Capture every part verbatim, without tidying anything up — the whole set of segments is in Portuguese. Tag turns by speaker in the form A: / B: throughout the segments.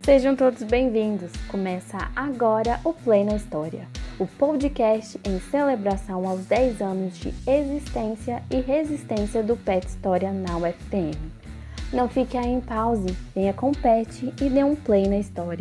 A: Sejam todos bem-vindos. Começa agora o Play na História, o podcast em celebração aos dez anos de existência e resistência do P E T História na U F T M. Não fique aí em pause, venha com o P E T e dê um play na história.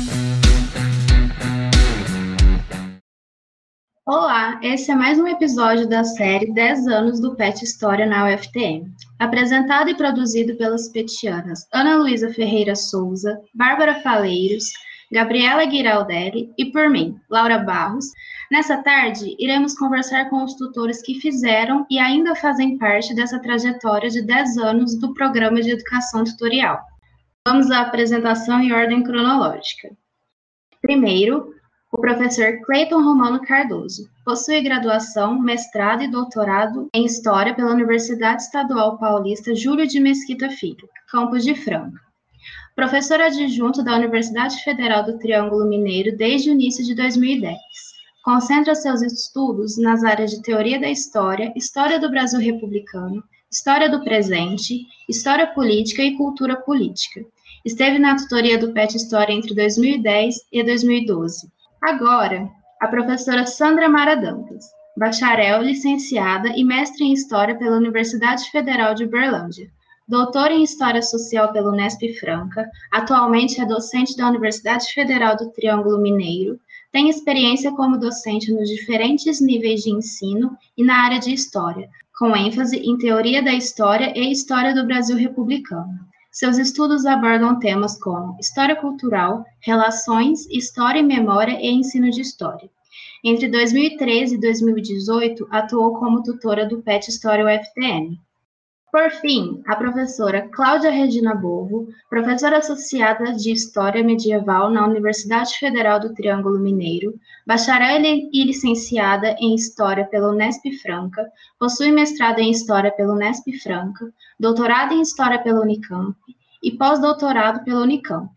B: Olá, esse é mais um episódio da série dez anos do P E T História na U F T M, apresentado e produzido pelas petianas Ana Luísa Ferreira Souza, Bárbara Faleiros, Gabriela Giraldelli e por mim, Laura Barros. Nessa tarde, iremos conversar com os tutores que fizeram e ainda fazem parte dessa trajetória de dez anos do Programa de Educação Tutorial. Vamos à apresentação em ordem cronológica. Primeiro, o professor Cleiton Romano Cardoso possui graduação, mestrado e doutorado em História pela Universidade Estadual Paulista Júlio de Mesquita Filho, Campos de Franca. Professor adjunto da Universidade Federal do Triângulo Mineiro desde o início de dois mil e dez. Concentra seus estudos nas áreas de Teoria da História, História do Brasil Republicano, História do Presente, História Política e Cultura Política. Esteve na tutoria do P E T História entre dois mil e dez e dois mil e doze. Agora, a professora Sandra Mara Dantas, bacharel, licenciada e mestre em História pela Universidade Federal de Uberlândia, doutora em História Social pela Unesp Franca, atualmente é docente da Universidade Federal do Triângulo Mineiro, tem experiência como docente nos diferentes níveis de ensino e na área de História, com ênfase em Teoria da História e História do Brasil Republicano. Seus estudos abordam temas como História Cultural, Relações, História e Memória e Ensino de História. Entre dois mil e treze e dois mil e dezoito, atuou como tutora do P E T História U F T M. Por fim, a professora Cláudia Regina Bovo, professora associada de História Medieval na Universidade Federal do Triângulo Mineiro, bacharel e licenciada em História pela Unesp Franca, possui mestrado em História pela Unesp Franca, doutorado em História pela Unicamp e pós-doutorado pela Unicamp.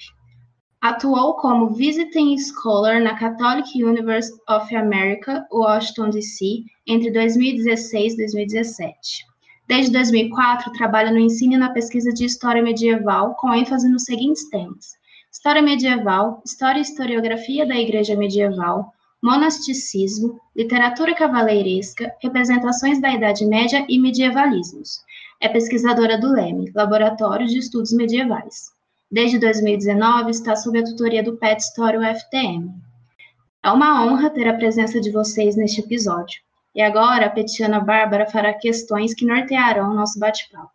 B: Atuou como Visiting Scholar na Catholic University of America, Washington, D C, entre dois mil e dezesseis e dois mil e dezessete. Desde dois mil e quatro, trabalha no ensino e na pesquisa de História Medieval, com ênfase nos seguintes temas: História Medieval, História e Historiografia da Igreja Medieval, Monasticismo, Literatura Cavaleiresca, Representações da Idade Média e Medievalismos. É pesquisadora do LEME, Laboratório de Estudos Medievais. Desde dois mil e dezenove, está sob a tutoria do P E T História U F T M. É uma honra ter a presença de vocês neste episódio. E agora, a petiana Bárbara fará questões que nortearão o nosso bate-papo.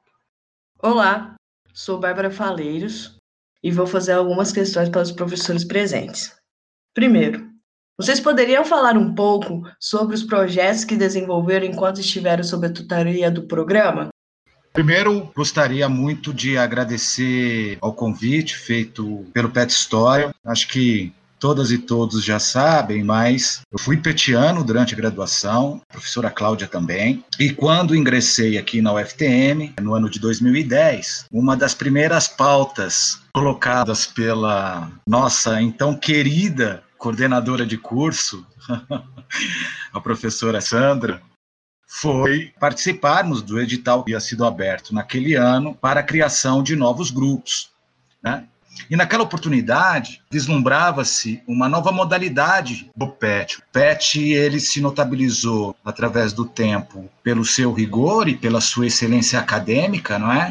C: Olá, sou Bárbara Faleiros e vou fazer algumas questões para os professores presentes. Primeiro, vocês poderiam falar um pouco sobre os projetos que desenvolveram enquanto estiveram sob a tutoria do programa?
D: Primeiro, gostaria muito de agradecer ao convite feito pelo P E T História. Acho que todas e todos já sabem, mas eu fui petiano durante a graduação, a professora Cláudia também, e quando ingressei aqui na U F T M, no ano de dois mil e dez, uma das primeiras pautas colocadas pela nossa então querida coordenadora de curso, a professora Sandra, foi participarmos do edital que havia sido aberto naquele ano para a criação de novos grupos, né? E naquela oportunidade, vislumbrava-se uma nova modalidade do P E T. O P E T ele se notabilizou através do tempo pelo seu rigor e pela sua excelência acadêmica, não é?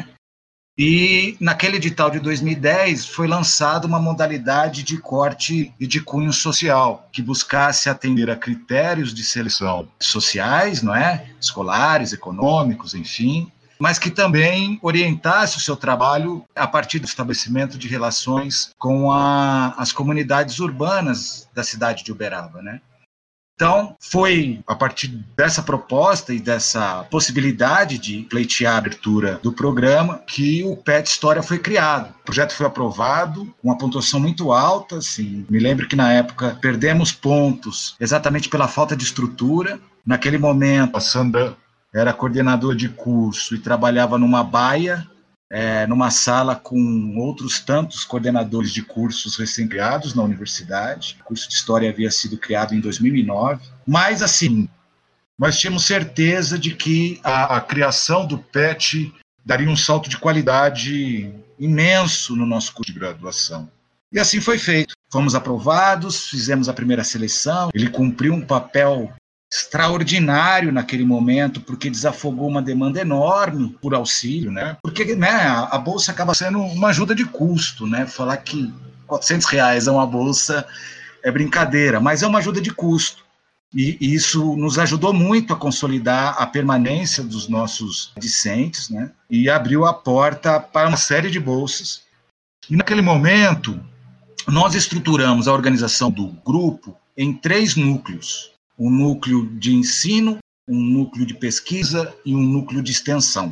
D: E naquele edital de dois mil e dez foi lançada uma modalidade de corte e de cunho social, que buscasse atender a critérios de seleção sociais, não é? Escolares, econômicos, enfim, mas que também orientasse o seu trabalho a partir do estabelecimento de relações com a, as comunidades urbanas da cidade de Uberaba, né? Então, foi a partir dessa proposta e dessa possibilidade de pleitear a abertura do programa que o P E T História foi criado. O projeto foi aprovado com uma pontuação muito alta, assim, me lembro que na época perdemos pontos exatamente pela falta de estrutura. Naquele momento, a Sandra era coordenadora de curso e trabalhava numa baia, é, numa sala com outros tantos coordenadores de cursos recém-criados na universidade. O curso de História havia sido criado em dois mil e nove. Mas, assim, nós tínhamos certeza de que a, a criação do P E T daria um salto de qualidade imenso no nosso curso de graduação. E assim foi feito. Fomos aprovados, fizemos a primeira seleção. Ele cumpriu um papel extraordinário naquele momento, porque desafogou uma demanda enorme por auxílio, né? Porque, né, a, a bolsa acaba sendo uma ajuda de custo, né? Falar que quatrocentos reais é uma bolsa é brincadeira, mas é uma ajuda de custo. E isso nos ajudou muito a consolidar a permanência dos nossos discentes, né? E abriu a porta para uma série de bolsas. E naquele momento, nós estruturamos a organização do grupo em três núcleos. Um núcleo de ensino, um núcleo de pesquisa e um núcleo de extensão.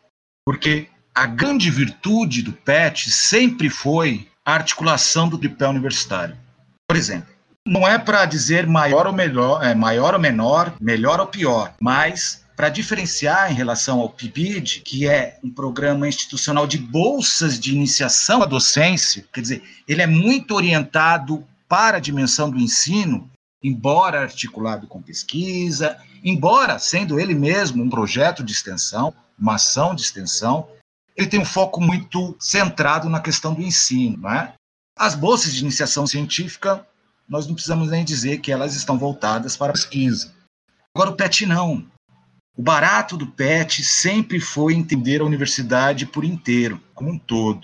D: Porque a grande virtude do P E T sempre foi a articulação do tripé universitário. Por exemplo, não é para dizer maior ou melhor, é, maior ou menor, melhor ou pior, mas para diferenciar em relação ao P I B I D, que é um programa institucional de bolsas de iniciação à docência, quer dizer, ele é muito orientado para a dimensão do ensino, embora articulado com pesquisa, embora sendo ele mesmo um projeto de extensão, uma ação de extensão, ele tem um foco muito centrado na questão do ensino, não é? As bolsas de iniciação científica, nós não precisamos nem dizer que elas estão voltadas para a pesquisa. Agora, o P E T não. O barato do P E T sempre foi entender a universidade por inteiro, como um todo.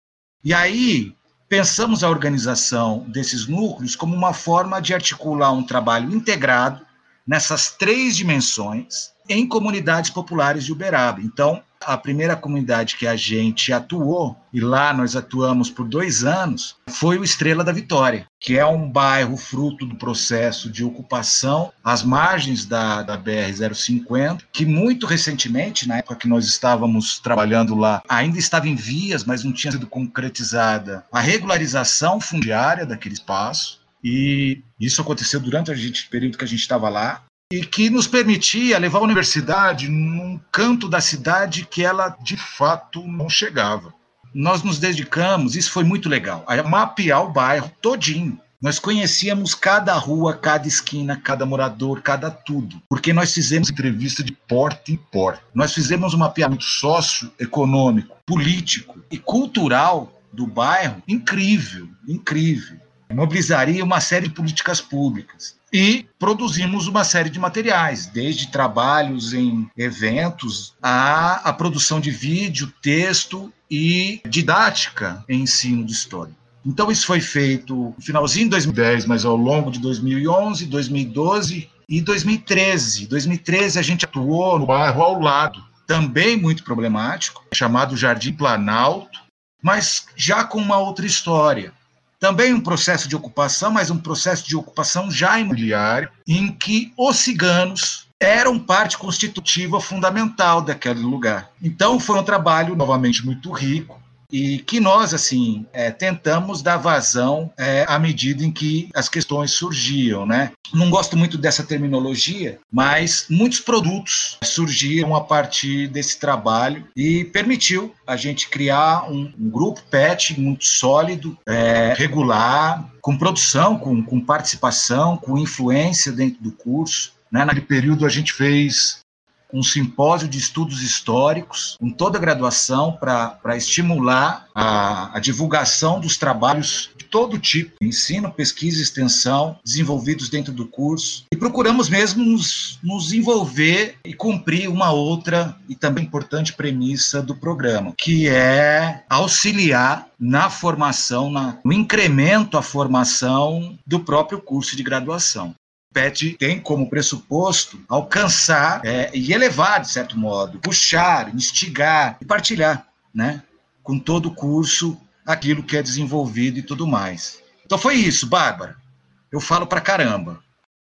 D: E aí, pensamos a organização desses núcleos como uma forma de articular um trabalho integrado nessas três dimensões em comunidades populares de Uberaba. Então, a primeira comunidade que a gente atuou, e lá nós atuamos por dois anos, foi o Estrela da Vitória, que é um bairro fruto do processo de ocupação às margens da, da B R zero cinquenta, que muito recentemente, na época que nós estávamos trabalhando lá, ainda estava em vias, mas não tinha sido concretizada a regularização fundiária daquele espaço, e isso aconteceu durante o período que a gente estava lá, e que nos permitia levar a universidade num canto da cidade que ela, de fato, não chegava. Nós nos dedicamos, isso foi muito legal, a mapear o bairro todinho. Nós conhecíamos cada rua, cada esquina, cada morador, cada tudo, porque nós fizemos entrevista de porta em porta. Nós fizemos um mapeamento socioeconômico, político e cultural do bairro incrível, incrível. Mobilizaria uma série de políticas públicas. E produzimos uma série de materiais, desde trabalhos em eventos, a, a produção de vídeo, texto e didática em ensino de história. Então isso foi feito no finalzinho de dois mil e dez, mas ao longo de dois mil e onze, dois mil e doze e dois mil e treze. Em dois mil e treze a gente atuou no bairro ao lado, também muito problemático, chamado Jardim Planalto, mas já com uma outra história. Também um processo de ocupação, mas um processo de ocupação já imobiliário, em que os ciganos eram parte constitutiva fundamental daquele lugar. Então foi um trabalho, novamente, muito rico, e que nós, assim, é, tentamos dar vazão é, à medida em que as questões surgiam, né? Não gosto muito dessa terminologia, mas muitos produtos surgiram a partir desse trabalho e permitiu a gente criar um, um grupo P E T muito sólido, é, regular, com produção, com, com participação, com influência dentro do curso, né? Naquele período a gente fez um simpósio de estudos históricos em toda a graduação para estimular a, a divulgação dos trabalhos de todo tipo, ensino, pesquisa e extensão, desenvolvidos dentro do curso. E procuramos mesmo nos, nos envolver e cumprir uma outra e também importante premissa do programa, que é auxiliar na formação, na, no incremento à formação do próprio curso de graduação. O P E T tem como pressuposto alcançar é, e elevar, de certo modo, puxar, instigar e partilhar, né, com todo o curso aquilo que é desenvolvido e tudo mais. Então foi isso, Bárbara. Eu falo pra caramba.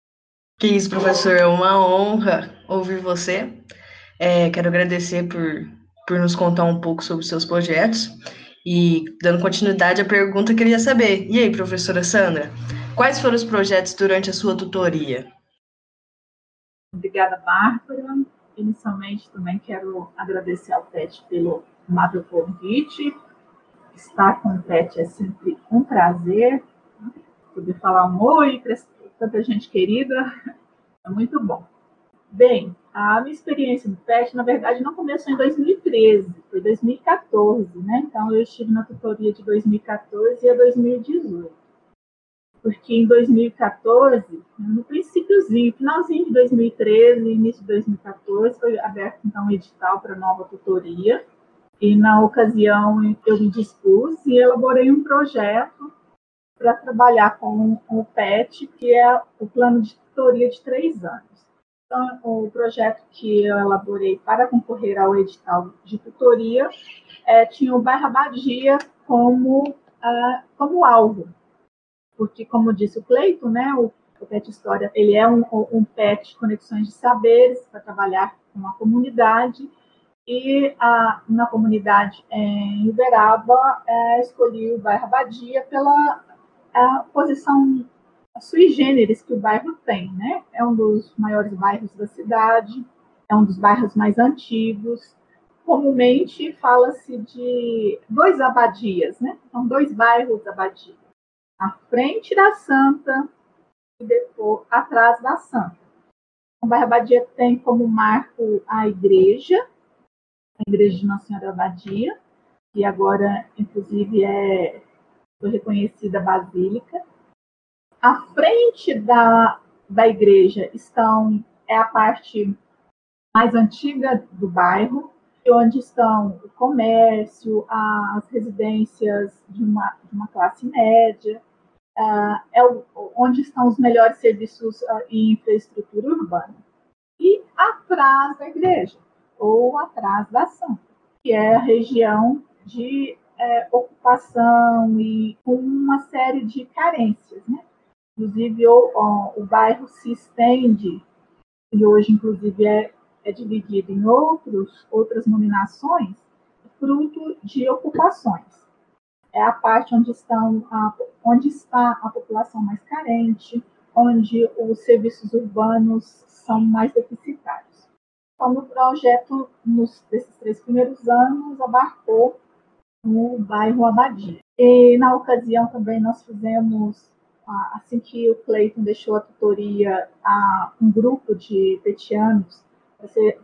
C: Que isso, professor. É uma honra ouvir você. É, quero agradecer por, por nos contar um pouco sobre os seus projetos. E, dando continuidade à pergunta, eu queria saber, e aí, professora Sandra, quais foram os projetos durante a sua tutoria?
E: Obrigada, Bárbara. Inicialmente, também quero agradecer ao P E T pelo amável convite. Estar com o P E T é sempre um prazer. Poder falar um oi para tanta gente querida é muito bom. Bem, A minha experiência no PET, na verdade, não começou em dois mil e treze, foi dois mil e quatorze, né? Então, eu estive na tutoria de dois mil e quatorze a dois mil e dezoito. Porque em dois mil e quatorze, no princípiozinho, finalzinho de dois mil e treze, início de dois mil e quatorze, foi aberto, então, um edital para nova tutoria. E, na ocasião, eu me dispus e elaborei um projeto para trabalhar com o PET, que é o plano de tutoria de três anos. Então, o projeto que eu elaborei para concorrer ao edital de tutoria é, tinha o bairro Abadia como, uh, como alvo, porque, como disse o Cleiton, né, o, o PET História ele é um, um PET Conexões de Saberes para trabalhar com a comunidade, e a, na comunidade em Uberaba é, escolhi o bairro Abadia pela a posição sui generis que o bairro tem, né? É um dos maiores bairros da cidade, é um dos bairros mais antigos. Comumente fala-se de dois abadias, né? São dois bairros abadia. À frente da Santa e depois atrás da Santa. O bairro Abadia tem como marco a igreja, a igreja de Nossa Senhora Abadia, que agora, inclusive, é foi reconhecida basílica. À frente da, da igreja estão, é a parte mais antiga do bairro, onde estão o comércio, as residências de uma, de uma classe média, uh, é o, onde estão os melhores serviços uh, e infraestrutura urbana. E atrás da igreja, ou atrás da Santa, que é a região de é, ocupação e com uma série de carências, né? Inclusive, o, o, o bairro se estende, e hoje, inclusive, é, é dividido em outros, outras nominações, fruto de ocupações. É a parte onde, estão a, onde está a população mais carente, onde os serviços urbanos são mais deficitários. Então, no projeto, nos, desses três primeiros anos, abarcou no bairro Abadia. E, na ocasião, também nós fizemos, assim que o Cleiton deixou a tutoria, a um grupo de petianos, para ser,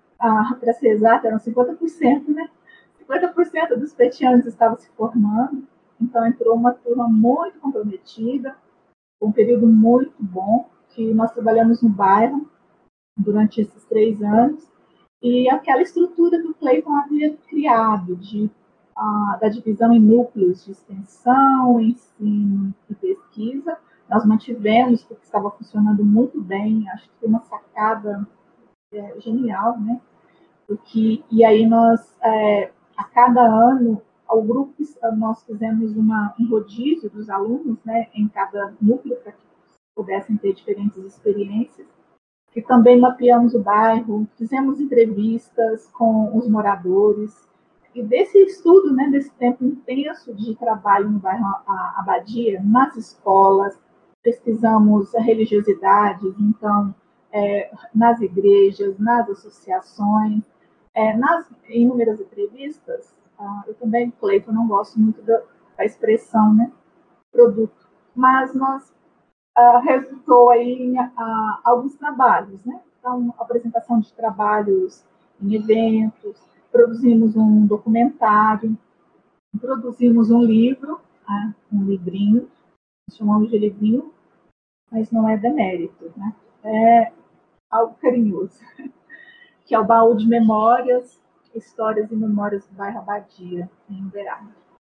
E: para ser exato, eram cinquenta por cento, né? cinquenta por cento dos petianos estavam se formando, então entrou uma turma muito comprometida, um período muito bom, que nós trabalhamos no bairro durante esses três anos, e aquela estrutura que o Cleiton havia criado, de A, da divisão em núcleos de extensão, ensino e pesquisa, nós mantivemos, porque estava funcionando muito bem, acho que foi uma sacada é, genial, né? Porque, e aí nós, é, a cada ano, ao grupo, nós fizemos uma, um rodízio dos alunos, né, em cada núcleo, para que pudessem ter diferentes experiências, e também mapeamos o bairro, fizemos entrevistas com os moradores. E desse estudo, né, desse tempo intenso de trabalho no bairro Abadia, nas escolas, pesquisamos a religiosidade, então, é, nas igrejas, nas associações, é, nas inúmeras entrevistas. Ah, eu também, Cleiton, não gosto muito da, da expressão, né, produto, mas nós ah, resultou aí em ah, alguns trabalhos, né? Então, apresentação de trabalhos em eventos, produzimos um documentário, produzimos um livro, né, um livrinho, chamamos de livrinho, mas não é demérito, né? É algo carinhoso, que é o Baú de Memórias, Histórias e Memórias do Bairro Abadia, em Uberaba.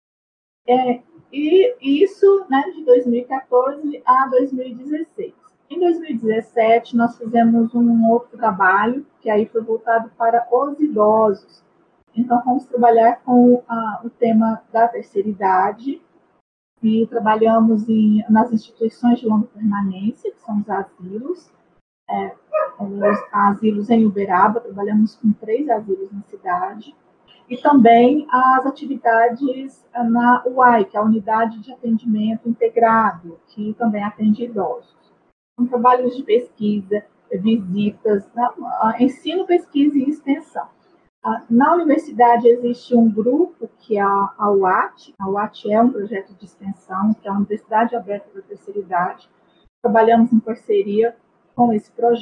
E: É, e isso, né, de dois mil e quatorze a dois mil e dezesseis. Em dois mil e dezessete, nós fizemos um outro trabalho, que aí foi voltado para os idosos. Então, vamos trabalhar com ah, o tema da terceira idade e trabalhamos em, nas instituições de longa permanência, que são os asilos, é, os asilos em Uberaba, trabalhamos com três asilos na cidade, e também as atividades na U A I, que é a Unidade de Atendimento Integrado, que também atende idosos. São trabalhos de pesquisa, visitas, ensino, pesquisa e extensão. Na universidade existe um grupo que é a U A T. A U A T é um projeto de extensão, que é a Universidade Aberta da Terceira Idade. Trabalhamos em parceria com esse projeto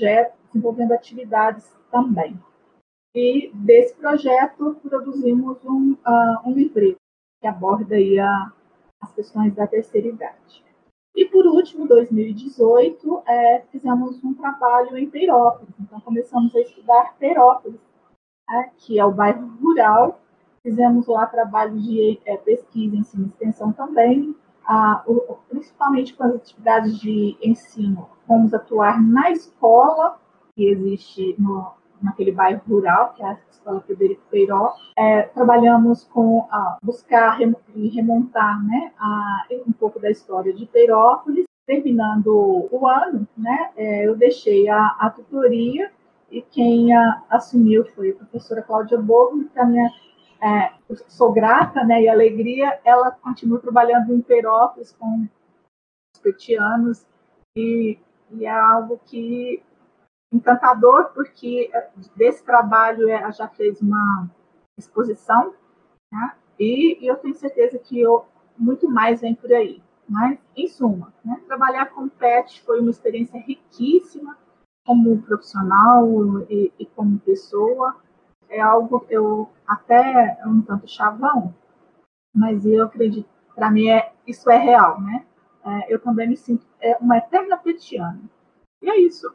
E: desenvolvendo atividades também. E desse projeto produzimos um, uh, um livreto que aborda aí a, as questões da terceira idade. E por último, em dois mil e dezoito, é, fizemos um trabalho em Peirópolis. Então começamos a estudar Peirópolis, né, que é o bairro rural. Fizemos lá trabalho de é, pesquisa, ensino e extensão também, ah, o, principalmente com as atividades de ensino. Fomos atuar na escola que existe no, naquele bairro rural, que é a Escola Frederico Peiró. É, trabalhamos com ah, buscar e remontar, né, a, um pouco da história de Peirópolis. Terminando o ano, né, é, eu deixei a, a tutoria e quem a, assumiu foi a professora Cláudia Bovo, que a minha É, sou grata, né, e alegria, ela continua trabalhando em Peirópolis com os petianos e, e é algo que encantador, porque desse trabalho ela já fez uma exposição, né, e, e eu tenho certeza que eu, muito mais vem por aí. Mas, em suma, né, trabalhar com pet foi uma experiência riquíssima como profissional e, e como pessoa. É algo que eu até um tanto chavão, mas eu acredito, para mim é, isso é real, né? É, eu também me sinto é, uma eterna petiana. E é isso.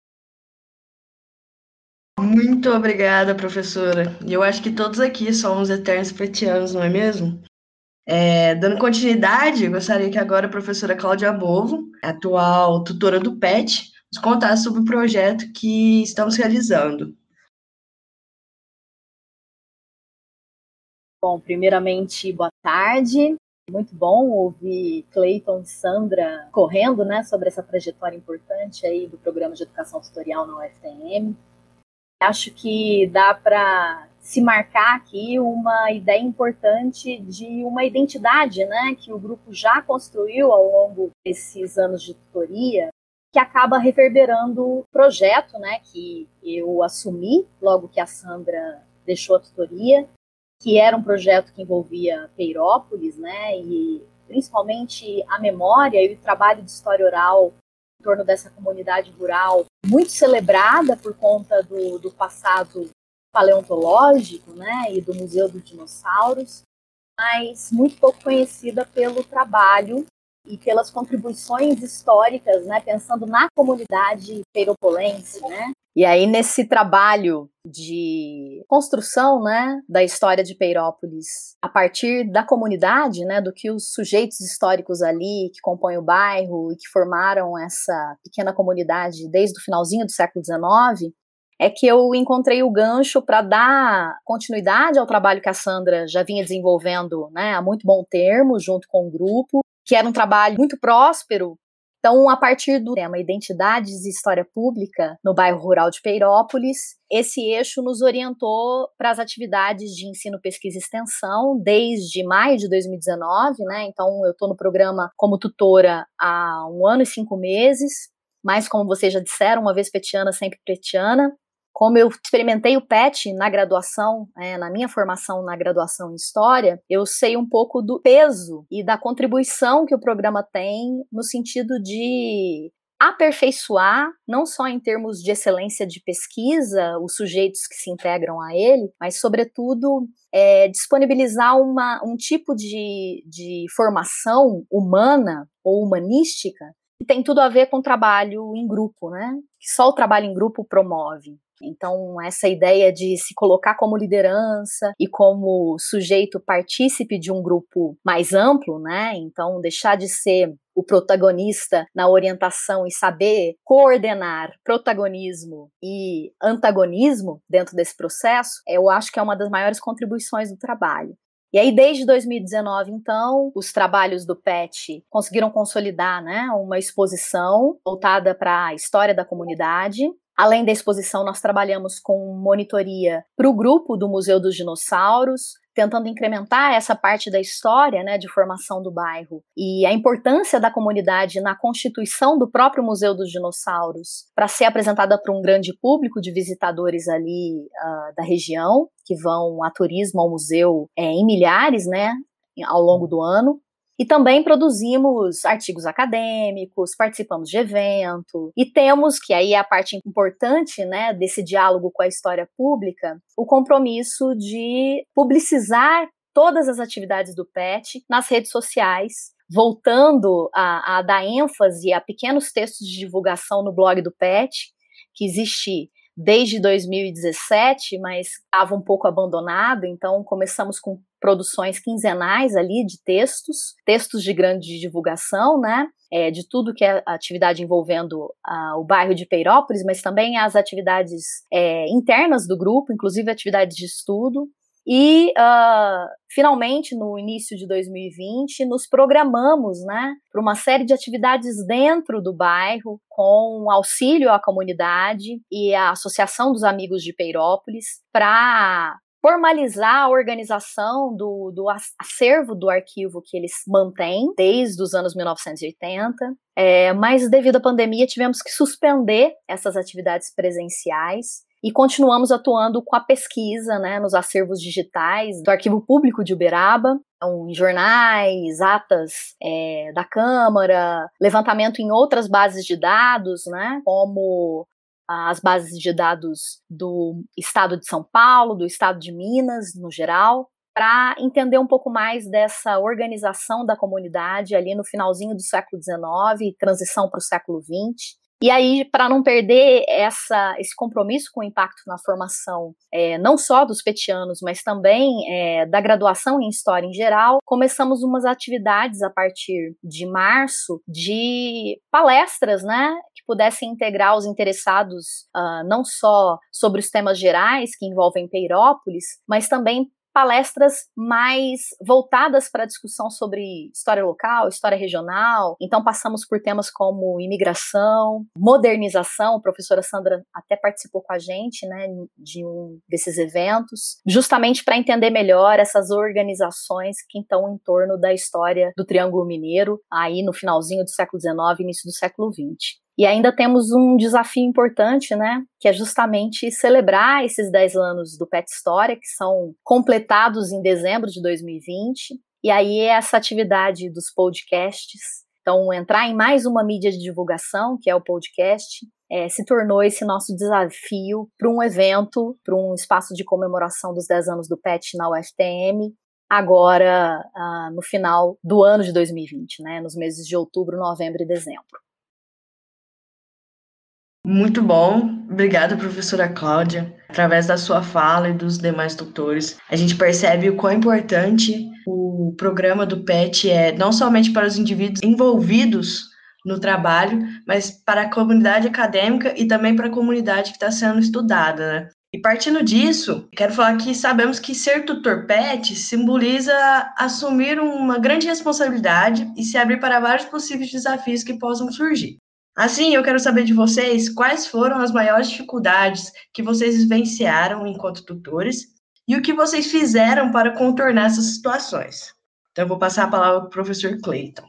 C: Muito obrigada, professora. E eu acho que todos aqui somos eternos petianos, não é mesmo? É, dando continuidade, eu gostaria que agora a professora Cláudia Bovo, atual tutora do P E T, nos contasse sobre o projeto que estamos realizando.
F: Bom, primeiramente, boa tarde. Muito bom ouvir Cleiton e Sandra correndo, né, sobre essa trajetória importante aí do Programa de Educação Tutorial na U F T M. Acho que dá para se marcar aqui uma ideia importante de uma identidade, né, que o grupo já construiu ao longo desses anos de tutoria, que acaba reverberando o projeto, né, que eu assumi logo que a Sandra deixou a tutoria, que era um projeto que envolvia Peirópolis, né, e principalmente a memória e o trabalho de história oral em torno dessa comunidade rural, muito celebrada por conta do, do passado paleontológico, né, e do Museu dos Dinossauros, mas muito pouco conhecida pelo trabalho e pelas contribuições históricas, né, pensando na comunidade peiropolense, né. E aí, nesse trabalho de construção, né, da história de Peirópolis, a partir da comunidade, né, do que os sujeitos históricos ali, que compõem o bairro e que formaram essa pequena comunidade desde o finalzinho do século dezenove, é que eu encontrei o gancho para dar continuidade ao trabalho que a Sandra já vinha desenvolvendo, né, há muito bom termo, junto com o grupo, que era um trabalho muito próspero. Então, a partir do tema Identidades e História Pública no bairro rural de Peirópolis, esse eixo nos orientou para as atividades de ensino, pesquisa e extensão desde maio de dois mil e dezenove, né? Então, eu estou no programa como tutora há um ano e cinco meses, mas, como vocês já disseram, uma vez petiana, sempre petiana. Como eu experimentei o P E T na graduação, é, na minha formação na graduação em História, eu sei um pouco do peso e da contribuição que o programa tem no sentido de aperfeiçoar, não só em termos de excelência de pesquisa, os sujeitos que se integram a ele, mas, sobretudo, é, disponibilizar uma, um tipo de, de formação humana ou humanística que tem tudo a ver com o trabalho em grupo, né? Que só o trabalho em grupo promove. Então, essa ideia de se colocar como liderança e como sujeito partícipe de um grupo mais amplo, né? Então, deixar de ser o protagonista na orientação e saber coordenar protagonismo e antagonismo dentro desse processo, eu acho que é uma das maiores contribuições do trabalho. E aí, desde dois mil e dezenove, então, os trabalhos do P E T conseguiram consolidar, né, uma exposição voltada para a história da comunidade. Além da exposição, nós trabalhamos com monitoria para o grupo do Museu dos Dinossauros, tentando incrementar essa parte da história, né, de formação do bairro e a importância da comunidade na constituição do próprio Museu dos Dinossauros para ser apresentada para um grande público de visitadores ali uh, da região, que vão a turismo ao museu é, em milhares, né, ao longo do ano. E também produzimos artigos acadêmicos, participamos de evento, e temos, que aí é a parte importante, né, desse diálogo com a história pública, o compromisso de publicizar todas as atividades do P E T nas redes sociais, voltando a, a dar ênfase a pequenos textos de divulgação no blog do P E T, que existe desde dois mil e dezessete, mas estava um pouco abandonado, então começamos com produções quinzenais ali de textos, textos de grande divulgação, né, é, de tudo que é atividade envolvendo uh, o bairro de Peirópolis, mas também as atividades é, internas do grupo, inclusive atividades de estudo. E, uh, finalmente, no início de dois mil e vinte, nos programamos, né, para uma série de atividades dentro do bairro, com auxílio à comunidade e à Associação dos Amigos de Peirópolis, para formalizar a organização do, do acervo do arquivo que eles mantêm desde os anos mil novecentos e oitenta, é, mas devido à pandemia tivemos que suspender essas atividades presenciais e continuamos atuando com a pesquisa, né, nos acervos digitais do Arquivo Público de Uberaba, então, em jornais, atas é, da Câmara, levantamento em outras bases de dados, né, como as bases de dados do Estado de São Paulo, do Estado de Minas, no geral, para entender um pouco mais dessa organização da comunidade ali no finalzinho do século dezenove e transição para o século vinte. E aí, para não perder essa, esse compromisso com o impacto na formação, é, não só dos petianos, mas também é, da graduação em História em geral, começamos umas atividades a partir de março de palestras, né, que pudessem integrar os interessados uh, não só sobre os temas gerais que envolvem Peirópolis, mas também palestras mais voltadas para a discussão sobre história local, história regional. Então passamos por temas como imigração, modernização. A professora Sandra até participou com a gente, né, de um desses eventos, justamente para entender melhor essas organizações que estão em torno da história do Triângulo Mineiro, aí no finalzinho do século dezenove, início do século vinte. E ainda temos um desafio importante, né, que é justamente celebrar esses dez anos do P E T História, que são completados em dezembro de dois mil e vinte, e aí essa atividade dos podcasts, então entrar em mais uma mídia de divulgação, que é o podcast, é, se tornou esse nosso desafio para um evento, para um espaço de comemoração dos dez anos do P E T na U F T M, agora uh, no final do ano de dois mil e vinte, né, nos meses de outubro, novembro e dezembro.
C: Muito bom, obrigada, professora Cláudia. Através da sua fala e dos demais doutores, a gente percebe o quão importante o programa do P E T é, não somente para os indivíduos envolvidos no trabalho, mas para a comunidade acadêmica e também para a comunidade que está sendo estudada, né? E partindo disso, quero falar que sabemos que ser tutor P E T simboliza assumir uma grande responsabilidade e se abrir para vários possíveis desafios que possam surgir. Assim, eu quero saber de vocês quais foram as maiores dificuldades que vocês vivenciaram enquanto tutores e o que vocês fizeram para contornar essas situações. Então, eu vou passar a palavra para o professor Clayton.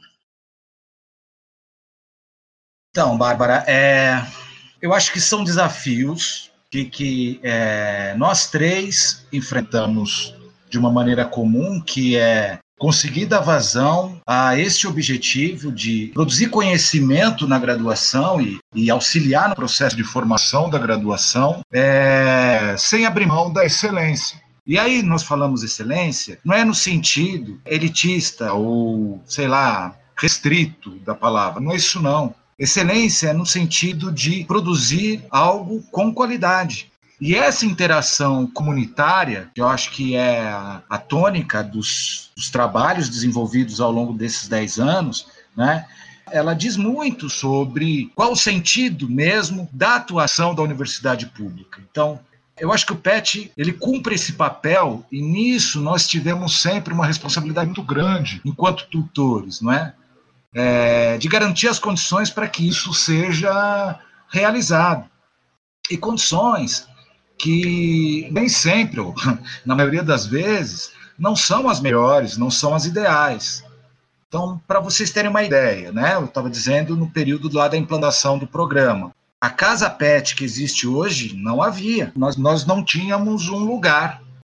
D: Então, Bárbara, é, eu acho que são desafios que, que é, nós três enfrentamos de uma maneira comum, que é conseguir dar vazão a esse objetivo de produzir conhecimento na graduação e, e auxiliar no processo de formação da graduação, é, sem abrir mão da excelência. E aí nós falamos excelência, não é no sentido elitista ou, sei lá, restrito da palavra, não é isso não. Excelência é no sentido de produzir algo com qualidade. E essa interação comunitária, que eu acho que é a, a tônica dos, dos trabalhos desenvolvidos ao longo desses dez anos, né, ela diz muito sobre qual o sentido mesmo da atuação da universidade pública. Então, eu acho que o P E T ele cumpre esse papel e nisso nós tivemos sempre uma responsabilidade muito grande enquanto tutores, não é? É, de garantir as condições para que isso seja realizado. E condições que nem sempre, ou na maioria das vezes, não são as melhores, não são as ideais. Então, para vocês terem uma ideia, né, eu estava dizendo no período lá da implantação do programa, a Casa P E T que existe hoje não havia, nós, nós não tínhamos um lugar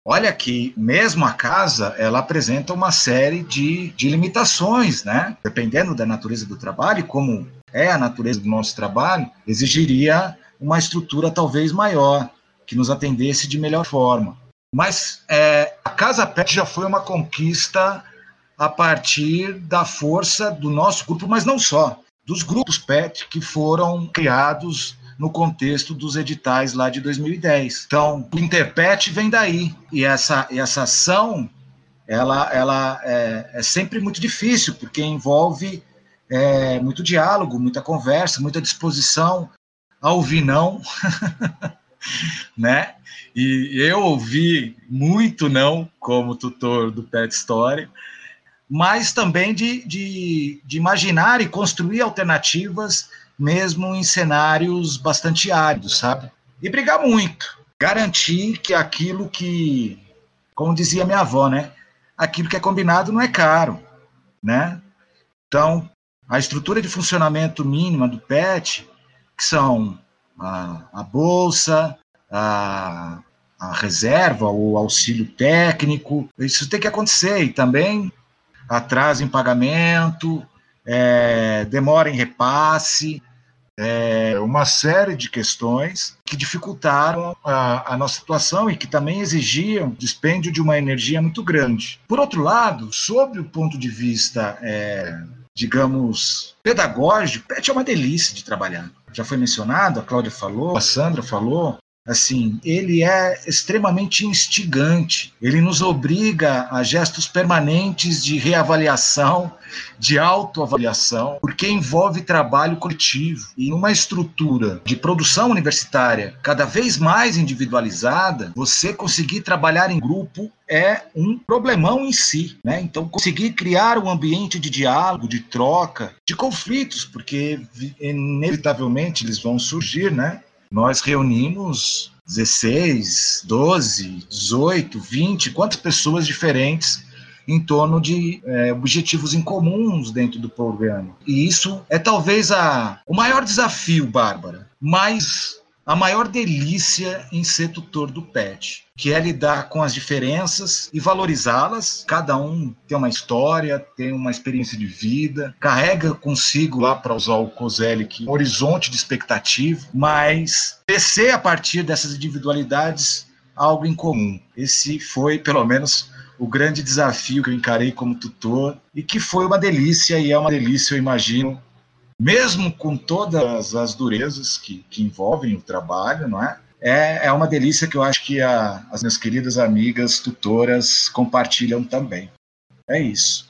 D: Olha que mesmo a casa, ela apresenta uma série de, de limitações, né? Dependendo da natureza do trabalho, como é a natureza do nosso trabalho, exigiria uma estrutura talvez maior, que nos atendesse de melhor forma. Mas é, a Casa Pet já foi uma conquista a partir da força do nosso grupo, mas não só, dos grupos Pet que foram criados no contexto dos editais lá de dois mil e dez. Então, o Interpet vem daí, e essa, essa ação, ela, ela é, é sempre muito difícil, porque envolve é, muito diálogo, muita conversa, muita disposição a ouvir não, né? E eu ouvi muito não como tutor do Pet Story, mas também de, de, de imaginar e construir alternativas mesmo em cenários bastante áridos, sabe? E brigar muito, garantir que aquilo que, como dizia minha avó, né? Aquilo que é combinado não é caro, né? Então, a estrutura de funcionamento mínima do Pet, que são a, a bolsa, a, a reserva, o auxílio técnico, isso tem que acontecer, e também atraso em pagamento, é, demora em repasse, é, uma série de questões que dificultaram a, a nossa situação e que também exigiam dispêndio de uma energia muito grande. Por outro lado, sob o ponto de vista, é, digamos, pedagógico, o Pet é uma delícia de trabalhar. Já foi mencionado, a Cláudia falou, a Sandra falou, assim, ele é extremamente instigante, ele nos obriga a gestos permanentes de reavaliação, de autoavaliação, porque envolve trabalho coletivo. E numa estrutura de produção universitária cada vez mais individualizada, você conseguir trabalhar em grupo é um problemão em si, né? Então, conseguir criar um ambiente de diálogo, de troca, de conflitos, porque inevitavelmente eles vão surgir, né? Nós reunimos dezesseis, doze, dezoito, vinte, quantas pessoas diferentes em torno de é, objetivos incomuns dentro do programa. E isso é talvez a, o maior desafio, Bárbara, mas a maior delícia em ser tutor do Pet, que é lidar com as diferenças e valorizá-las. Cada um tem uma história, tem uma experiência de vida, carrega consigo, lá para usar o Kozelik, um horizonte de expectativa, mas tecer a partir dessas individualidades algo em comum. Esse foi, pelo menos, o grande desafio que eu encarei como tutor e que foi uma delícia, e é uma delícia, eu imagino, mesmo com todas as durezas que, que envolvem o trabalho, não é? É, é uma delícia que eu acho que a, as minhas queridas amigas tutoras compartilham também. É isso.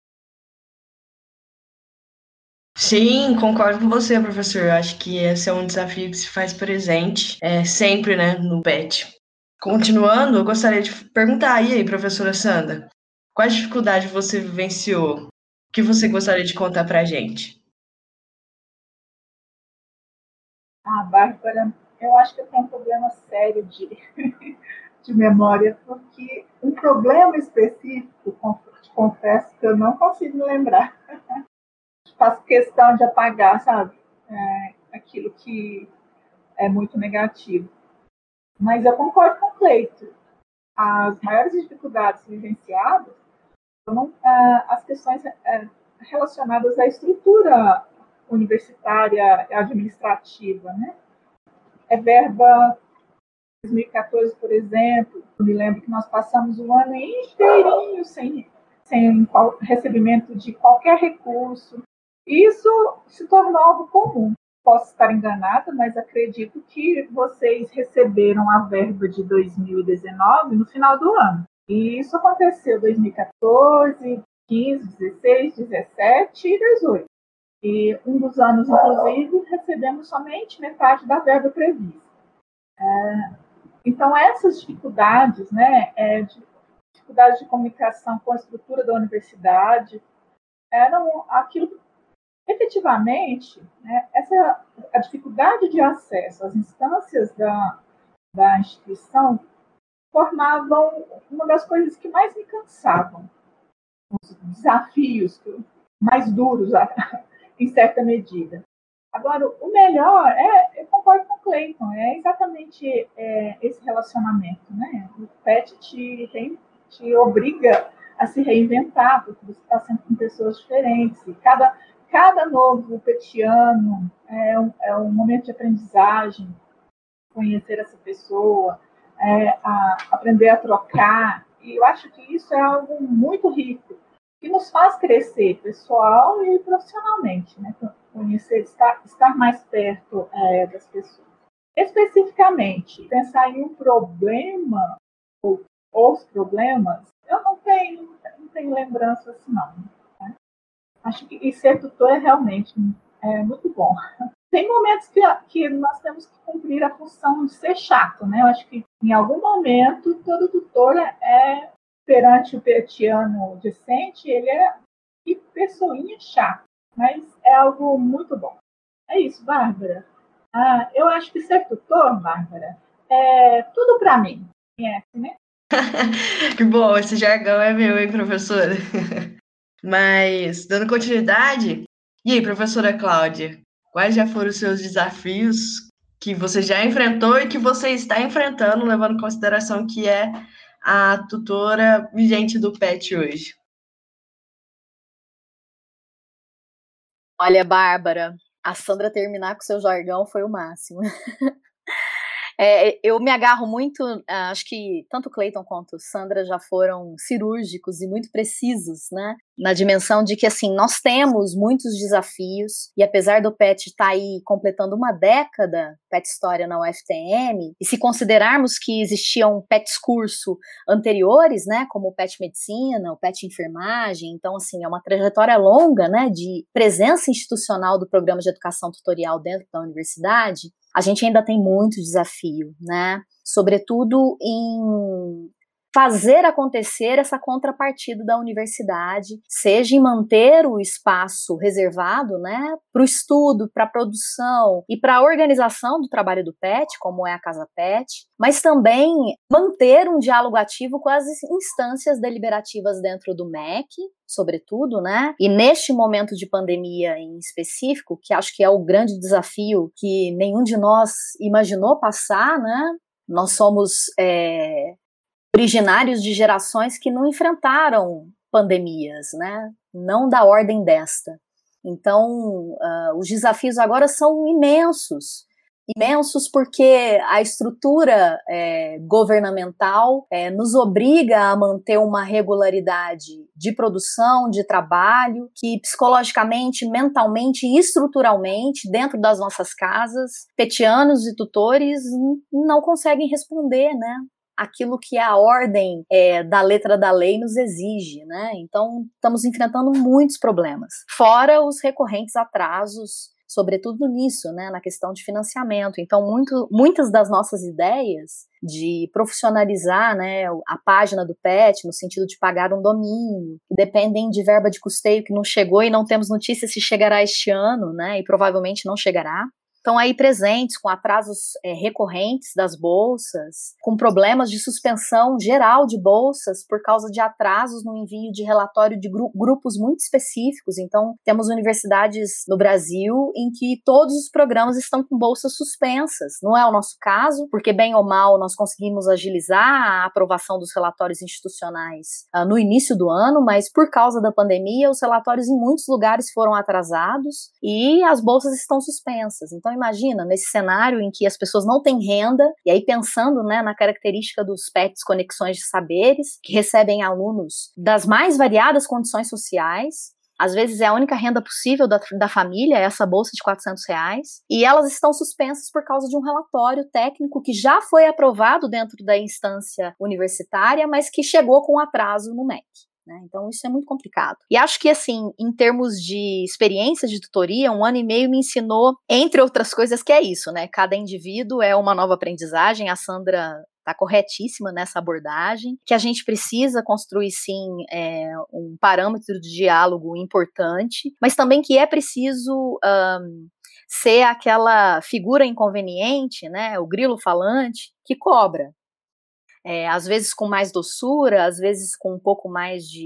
C: Sim, concordo com você, professor. Eu acho que esse é um desafio que se faz presente é, sempre, né, no Pet. Continuando, eu gostaria de perguntar, e aí, professora Sandra, quais dificuldades você vivenciou? O que você gostaria de contar para a gente?
E: Ah, Bárbara, eu acho que eu tenho um problema sério de, de memória, porque um problema específico, te confesso que eu não consigo me lembrar. Faço questão de apagar, sabe, é, aquilo que é muito negativo. Mas eu concordo com o Cleito. As maiores dificuldades vivenciadas são ah, as questões ah, relacionadas à estrutura universitária administrativa, né? É verba dois mil e quatorze, por exemplo, eu me lembro que nós passamos o ano inteirinho sem, sem recebimento de qualquer recurso. Isso se tornou algo comum. Posso estar enganada, mas acredito que vocês receberam a verba de dois mil e dezenove no final do ano. E isso aconteceu em dois mil e quatorze, quinze, dezesseis, dezessete e dezoito. E um dos anos, inclusive, recebemos somente metade da verba prevista. É, então, essas dificuldades, né, é, de, dificuldades de comunicação com a estrutura da universidade, eram aquilo que, efetivamente, né, essa, a dificuldade de acesso às instâncias da, da instituição formavam uma das coisas que mais me cansavam, os desafios mais duros, em certa medida. Agora, o melhor é, eu concordo com Cleiton, é exatamente é, esse relacionamento, né? O pet te, tem, te obriga a se reinventar, porque você está sempre com pessoas diferentes. E cada, cada novo petiano é um, é um momento de aprendizagem, conhecer essa pessoa, é, a, aprender a trocar. E eu acho que isso é algo muito rico, que nos faz crescer pessoal e profissionalmente, né? Conhecer, estar, estar mais perto é, das pessoas. Especificamente, pensar em um problema ou os problemas, eu não tenho, não tenho lembrança assim, não. Né? Acho que e ser tutor é realmente é, muito bom. Tem momentos que, que nós temos que cumprir a função de ser chato, né? Eu acho que em algum momento todo tutor é, perante o petiano decente, ele é que pessoinha chata, mas é algo muito bom. É isso, Bárbara. Ah, eu acho que ser tutor, Bárbara, é tudo para mim. Conhece, né?
C: Que bom, esse jargão é meu, hein, professora? Mas, dando continuidade, e aí, professora Cláudia, quais já foram os seus desafios que você já enfrentou e que você está enfrentando, levando em consideração que é a tutora vigente do P E T hoje?
F: Olha, Bárbara, a Sandra terminar com seu jargão foi o máximo. É, eu me agarro muito, acho que tanto Cleiton quanto Sandra já foram cirúrgicos e muito precisos, né, na dimensão de que, assim, nós temos muitos desafios, e apesar do P E T estar tá aí completando uma década, P E T História na U F T M, e se considerarmos que existiam P E Ts curso anteriores, né, como o P E T Medicina, o P E T Enfermagem, então, assim, é uma trajetória longa, né, de presença institucional do Programa de Educação Tutorial dentro da universidade, a gente ainda tem muito desafio, né? Sobretudo em fazer acontecer essa contrapartida da universidade, seja em manter o espaço reservado, né, para o estudo, para a produção e para a organização do trabalho do P E T, como é a Casa P E T, mas também manter um diálogo ativo com as instâncias deliberativas dentro do M E C, sobretudo, né, e neste momento de pandemia em específico, que acho que é o grande desafio que nenhum de nós imaginou passar, né, nós somos é, originários de gerações que não enfrentaram pandemias, né? Não da ordem desta. Então, uh, os desafios agora são imensos. Imensos porque a estrutura é, governamental é, nos obriga a manter uma regularidade de produção, de trabalho, que psicologicamente, mentalmente e estruturalmente, dentro das nossas casas, petianos e tutores não conseguem responder, né? Aquilo que a ordem é, da letra da lei nos exige, né? Então, estamos enfrentando muitos problemas. Fora os recorrentes atrasos, sobretudo nisso, né? Na questão de financiamento. Então, muito, muitas das nossas ideias de profissionalizar, né, a página do P E T, no sentido de pagar um domínio, que dependem de verba de custeio que não chegou e não temos notícia se chegará este ano, né? E provavelmente não chegará. Estão aí presentes com atrasos é, recorrentes das bolsas, com problemas de suspensão geral de bolsas por causa de atrasos no envio de relatório de gru- grupos muito específicos. Então, temos universidades no Brasil em que todos os programas estão com bolsas suspensas. Não é o nosso caso, porque bem ou mal nós conseguimos agilizar a aprovação dos relatórios institucionais uh, no início do ano, mas por causa da pandemia, os relatórios em muitos lugares foram atrasados e as bolsas estão suspensas. Então, Então, imagina, nesse cenário em que as pessoas não têm renda, e aí pensando, né, na característica dos P E Ts Conexões de Saberes, que recebem alunos das mais variadas condições sociais, às vezes é a única renda possível da, da família, essa bolsa de quatrocentos reais, e elas estão suspensas por causa de um relatório técnico que já foi aprovado dentro da instância universitária, mas que chegou com atraso no M E C. Então isso é muito complicado. E acho que, assim, em termos de experiência de tutoria, um ano e meio me ensinou, entre outras coisas, que é isso, né? Cada indivíduo é uma nova aprendizagem. A Sandra está corretíssima nessa abordagem, que a gente precisa construir, sim, é, um parâmetro de diálogo importante, mas também que é preciso um, ser aquela figura inconveniente, né? O grilo falante, que cobra. É, às vezes com mais doçura, às vezes com um pouco mais de,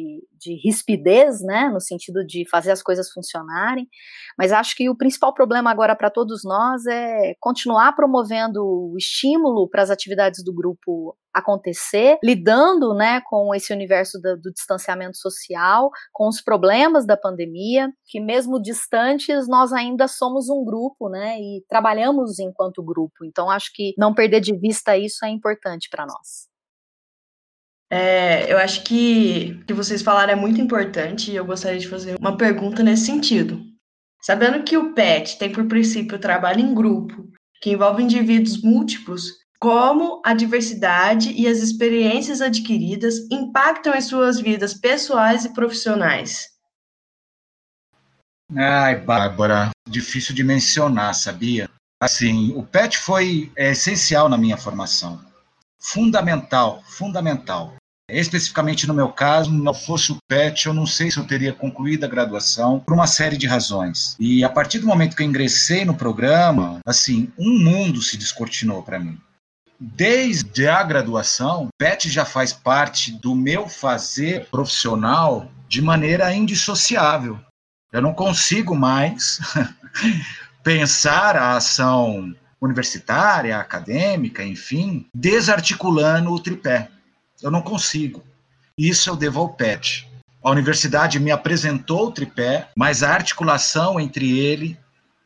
F: de rispidez, né, no sentido de fazer as coisas funcionarem, mas acho que o principal problema agora para todos nós é continuar promovendo o estímulo para as atividades do grupo acontecer, lidando, né, com esse universo do, do distanciamento social, com os problemas da pandemia, que mesmo distantes nós ainda somos um grupo, né, e trabalhamos enquanto grupo, então acho que não perder de vista isso é importante para nós.
C: É, eu acho que o que vocês falaram é muito importante e eu gostaria de fazer uma pergunta nesse sentido. Sabendo que o P E T tem por princípio o trabalho em grupo, que envolve indivíduos múltiplos, como a diversidade e as experiências adquiridas impactam em suas vidas pessoais e profissionais?
D: Ai, Bárbara, difícil de mencionar, sabia? Assim, o P E T foi é, essencial na minha formação. Fundamental, fundamental. Especificamente no meu caso, não fosse o P E T, eu não sei se eu teria concluído a graduação por uma série de razões. E a partir do momento que eu ingressei no programa, assim, um mundo se descortinou para mim. Desde a graduação, o P E T já faz parte do meu fazer profissional de maneira indissociável. Eu não consigo mais pensar a ação universitária, acadêmica, enfim, desarticulando o tripé. Eu não consigo. Isso eu devo ao P E T. A universidade me apresentou o tripé, mas a articulação entre ele,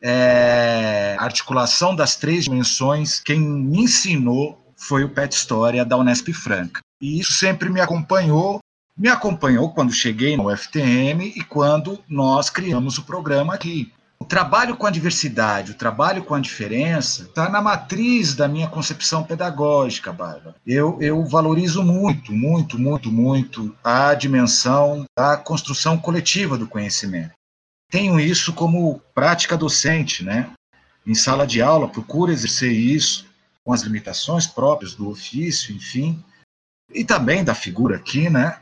D: é, a articulação das três dimensões, quem me ensinou foi o P E T História da Unesp Franca. E isso sempre me acompanhou, me acompanhou quando cheguei no U F T M e quando nós criamos o programa aqui. O trabalho com a diversidade, o trabalho com a diferença, está na matriz da minha concepção pedagógica, Bárbara. Eu, eu valorizo muito, muito, muito, muito a dimensão da construção coletiva do conhecimento. Tenho isso como prática docente, né? Em sala de aula, procuro exercer isso com as limitações próprias do ofício, enfim, e também da figura aqui, né?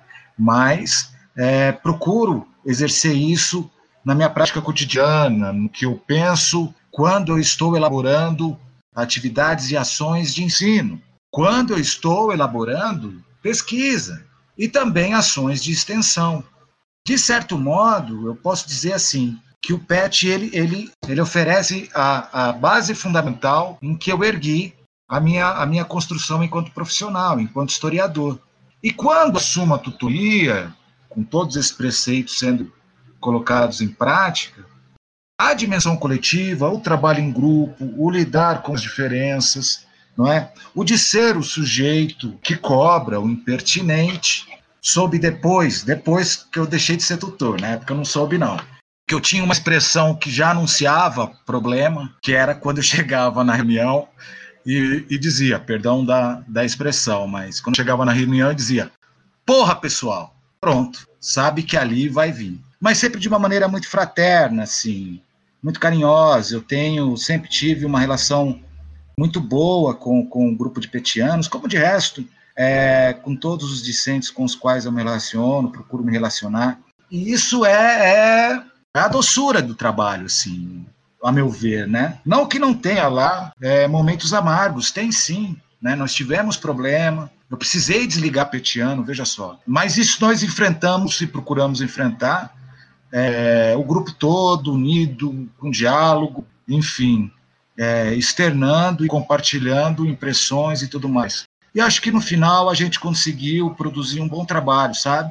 D: Mas é, procuro exercer isso na minha prática cotidiana, no que eu penso quando eu estou elaborando atividades e ações de ensino, quando eu estou elaborando pesquisa e também ações de extensão. De certo modo, eu posso dizer assim, que o P E T ele, ele, ele oferece a, a base fundamental em que eu ergui a minha, a minha construção enquanto profissional, enquanto historiador. E quando assumo a tutoria, com todos esses preceitos sendo colocados em prática, a dimensão coletiva, o trabalho em grupo, o lidar com as diferenças, não é? O de ser o sujeito que cobra, o impertinente, soube depois, depois que eu deixei de ser tutor, né? Porque eu não soube não. Que eu tinha uma expressão que já anunciava problema, que era quando eu chegava na reunião e, e dizia, perdão da, da expressão, mas quando eu chegava na reunião eu dizia, porra pessoal, pronto, sabe que ali vai vir. Mas sempre de uma maneira muito fraterna, assim, muito carinhosa. Eu tenho, sempre tive uma relação muito boa com, com o grupo de petianos, como de resto, é, com todos os discentes com os quais eu me relaciono, procuro me relacionar. E isso é, é a doçura do trabalho, assim, a meu ver, né? Não que não tenha lá é, momentos amargos, tem sim, né? Nós tivemos problema, eu precisei desligar petiano, veja só. Mas isso nós enfrentamos e procuramos enfrentar, É, o grupo todo, unido, com diálogo, enfim, é, externando e compartilhando impressões e tudo mais. E acho que no final a gente conseguiu produzir um bom trabalho, sabe?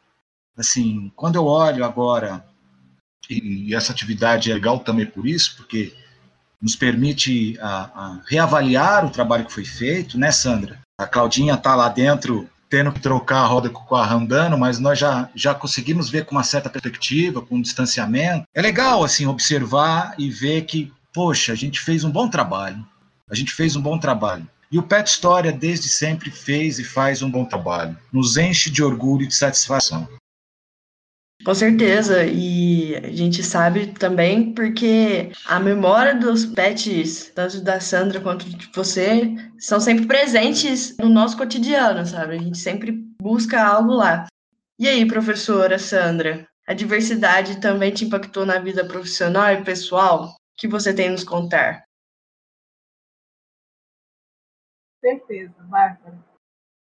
D: Assim, quando eu olho agora, e, e essa atividade é legal também por isso, porque nos permite a, a reavaliar o trabalho que foi feito, né, Sandra? A Claudinha está lá dentro tendo que trocar a roda com o carro andando, mas nós já, já conseguimos ver com uma certa perspectiva, com um distanciamento. É legal, assim, observar e ver que, poxa, a gente fez um bom trabalho. A gente fez um bom trabalho. E o P E T História, desde sempre, fez e faz um bom trabalho. Nos enche de orgulho e de satisfação.
C: Com certeza, e a gente sabe também porque a memória dos pets, tanto da Sandra quanto de você, são sempre presentes no nosso cotidiano, sabe? A gente sempre busca algo lá. E aí, professora Sandra, a diversidade também te impactou na vida profissional e pessoal? O que você tem a nos contar?
E: Certeza, Bárbara.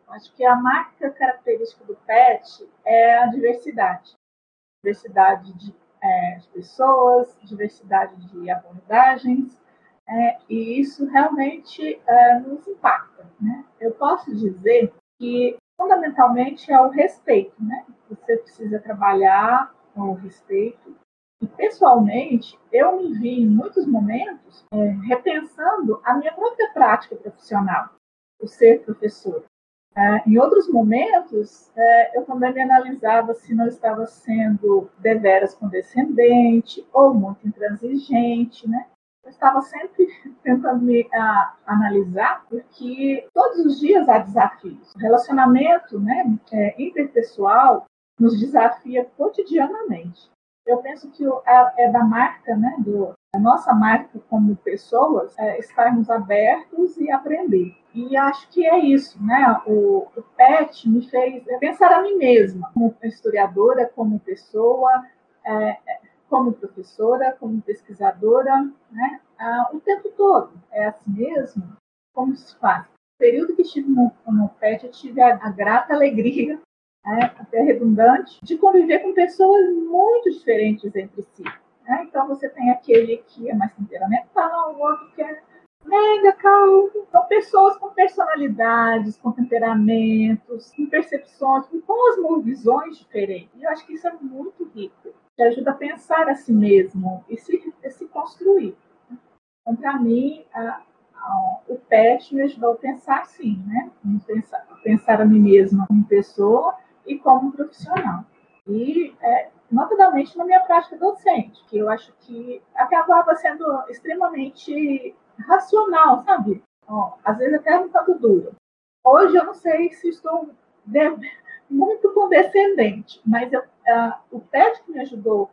E: Acho que a marca característica do PET é a diversidade. Diversidade de, é, de pessoas, diversidade de abordagens, é, e isso realmente é, nos impacta, né? Eu posso dizer que, fundamentalmente, é o respeito, né? Você precisa trabalhar com o respeito. E, pessoalmente, eu me vi em muitos momentos é, repensando a minha própria prática profissional, o ser professor. É, em outros momentos, é, eu também me analisava se não estava sendo deveras condescendente ou muito intransigente, né? Eu estava sempre tentando me a, analisar, porque todos os dias há desafios. O relacionamento, né, é, interpessoal nos desafia cotidianamente. Eu penso que é da marca, né, do, a nossa marca como pessoas, é estarmos abertos e aprender. E acho que é isso, né? O, o PET me fez pensar a mim mesma, como historiadora, como pessoa, é, como professora, como pesquisadora, né? Ah, o tempo todo. É assim mesmo? Como se faz? No período que estive no, no PET, eu tive a, a grata alegria, é, até redundante, de conviver com pessoas muito diferentes entre si. Né? Então, você tem aquele que é mais temperamental, o outro que é mega calmo. São pessoas com personalidades, com temperamentos, com percepções, com cosmovisões diferentes. E eu acho que isso é muito rico. Que ajuda a pensar a si mesmo e se, a se construir. Então, para mim, a, a, o PET me ajudou a pensar sim, né? Pensar, pensar a mim mesma como pessoa e como profissional. E, é, notadamente, na minha prática docente, que eu acho que acabava sendo extremamente racional, sabe? Ó, às vezes até um tanto duro. Hoje eu não sei se estou de... muito condescendente, mas eu, uh, o PET me ajudou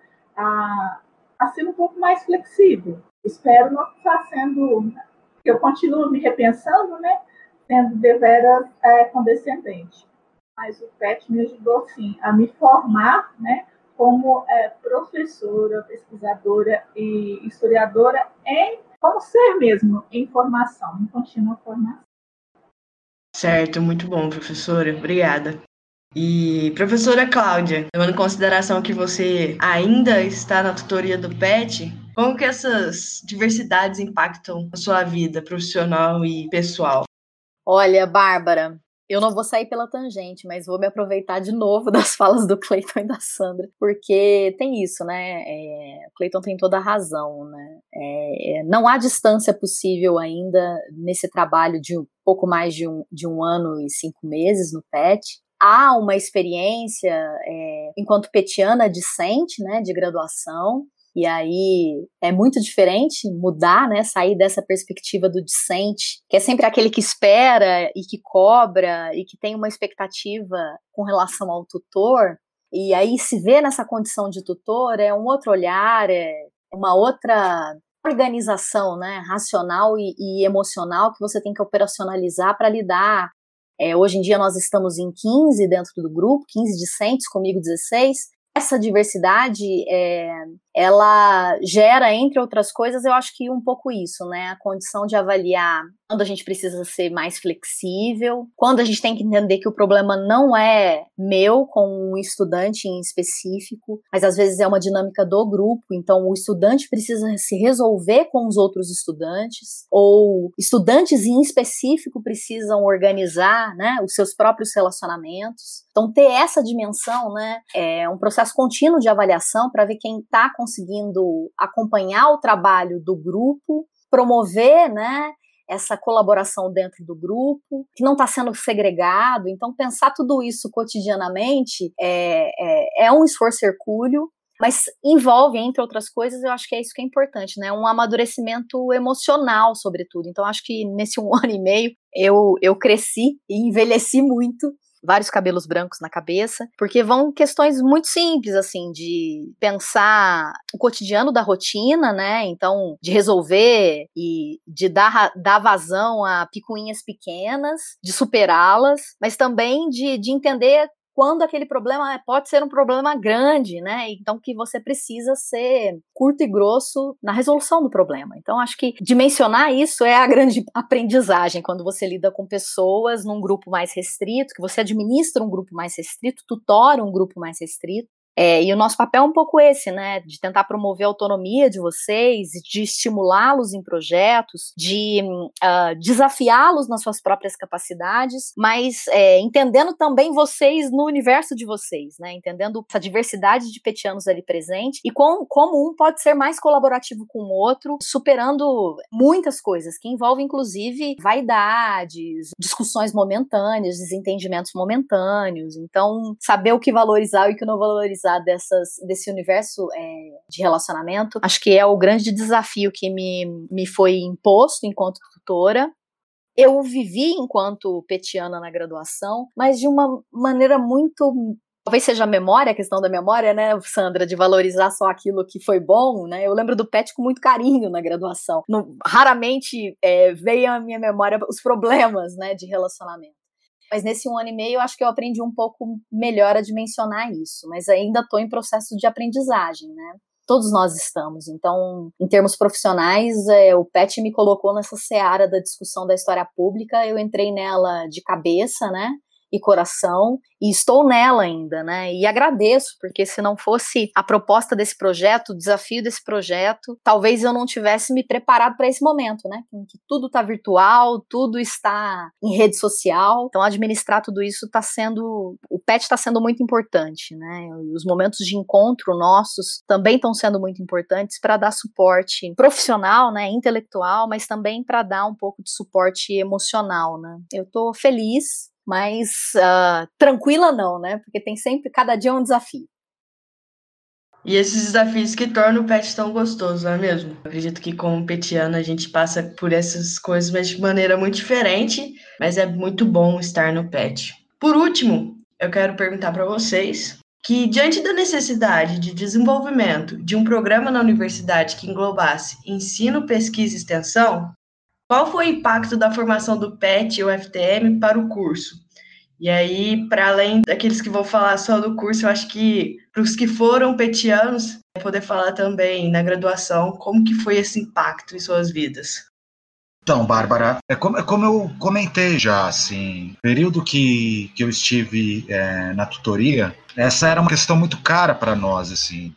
E: a, a ser um pouco mais flexível. Espero não estar sendo... Eu continuo me repensando, né? Sendo deveras é, condescendente. Mas o PET me ajudou, sim, a me formar, né? Como é, professora, pesquisadora e historiadora em como ser mesmo em formação, em contínua formação.
C: Certo, muito bom, professora. Obrigada. E, professora Cláudia, levando em consideração que você ainda está na tutoria do PET, como que essas diversidades impactam a sua vida profissional e pessoal?
F: Olha, Bárbara, eu não vou sair pela tangente, mas vou me aproveitar de novo das falas do Cleiton e da Sandra, porque tem isso, né? É, o Cleiton tem toda a razão, né? É, não há distância possível ainda nesse trabalho de um pouco mais de um, de um ano e cinco meses no PET. Há uma experiência é, enquanto petiana discente, né, de graduação. E aí é muito diferente mudar, né, sair dessa perspectiva do discente, que é sempre aquele que espera e que cobra e que tem uma expectativa com relação ao tutor, e aí se vê nessa condição de tutor é um outro olhar, é uma outra organização, né, racional e, e emocional que você tem que operacionalizar para lidar. É, hoje em dia nós estamos em quinze dentro do grupo, quinze discentes, comigo dezesseis. Essa diversidade, é, ela gera, entre outras coisas, eu acho que um pouco isso, né? A condição de avaliar quando a gente precisa ser mais flexível, quando a gente tem que entender que o problema não é meu com um estudante em específico, mas às vezes é uma dinâmica do grupo, então o estudante precisa se resolver com os outros estudantes, ou estudantes em específico precisam organizar, né, os seus próprios relacionamentos. Então ter essa dimensão, né, é um processo contínuo de avaliação para ver quem está conseguindo acompanhar o trabalho do grupo, promover, né, essa colaboração dentro do grupo, que não está sendo segregado. Então, pensar tudo isso cotidianamente é, é, é um esforço hercúleo, mas envolve, entre outras coisas, eu acho que é isso que é importante, né? Um amadurecimento emocional, sobretudo. Então, acho que nesse um ano e meio eu, eu cresci e envelheci muito, vários cabelos brancos na cabeça, porque vão questões muito simples, assim, de pensar o cotidiano da rotina, né, então, de resolver e de dar, dar vazão a picuinhas pequenas, de superá-las, mas também de, de entender quando aquele problema pode ser um problema grande, né? Então que você precisa ser curto e grosso na resolução do problema. Então acho que dimensionar isso é a grande aprendizagem quando você lida com pessoas num grupo mais restrito, que você administra um grupo mais restrito, tutora um grupo mais restrito. É, e o nosso papel é um pouco esse, né, de tentar promover a autonomia de vocês, de estimulá-los em projetos, de uh, desafiá-los nas suas próprias capacidades, mas é, entendendo também vocês no universo de vocês, né, entendendo essa diversidade de petianos ali presente e com, como um pode ser mais colaborativo com o outro, superando muitas coisas, que envolvem inclusive vaidades, discussões momentâneas, desentendimentos momentâneos. Então, saber o que valorizar e o que não valorizar Dessas, desse universo é, de relacionamento, acho que é o grande desafio que me, me foi imposto enquanto tutora. Eu vivi enquanto petiana na graduação, mas de uma maneira muito... Talvez seja a memória, a questão da memória, né, Sandra, de valorizar só aquilo que foi bom, né? Eu lembro do P E T com muito carinho na graduação. No, raramente é, veio à minha memória os problemas, né, de relacionamento. Mas nesse um ano e meio eu acho que eu aprendi um pouco melhor a dimensionar isso, mas ainda estou em processo de aprendizagem, né? Todos nós estamos, então, em termos profissionais, é, o P E T me colocou nessa seara da discussão da história pública, eu entrei nela de cabeça, né? E coração, e estou nela ainda, né, e agradeço, porque se não fosse a proposta desse projeto, o desafio desse projeto, talvez eu não tivesse me preparado para esse momento, né, em que tudo está virtual, tudo está em rede social, então administrar tudo isso está sendo, o P E T está sendo muito importante, né, os momentos de encontro nossos também estão sendo muito importantes para dar suporte profissional, né, intelectual, mas também para dar um pouco de suporte emocional, né, eu estou feliz, mas uh, tranquila não, né? Porque tem sempre, cada dia é um desafio.
C: E esses desafios que tornam o P E T tão gostoso, não é mesmo? Eu acredito que como petiana a gente passa por essas coisas, mas de maneira muito diferente, mas é muito bom estar no P E T. Por último, eu quero perguntar para vocês que, diante da necessidade de desenvolvimento de um programa na universidade que englobasse ensino, pesquisa e extensão, qual foi o impacto da formação do P E T e U F T M para o curso? E aí, para além daqueles que vão falar só do curso, eu acho que para os que foram petianos, poder falar também na graduação como que foi esse impacto em suas vidas.
D: Então, Bárbara, é como, é como eu comentei já, assim, período que, que eu estive é, na tutoria, essa era uma questão muito cara para nós, assim,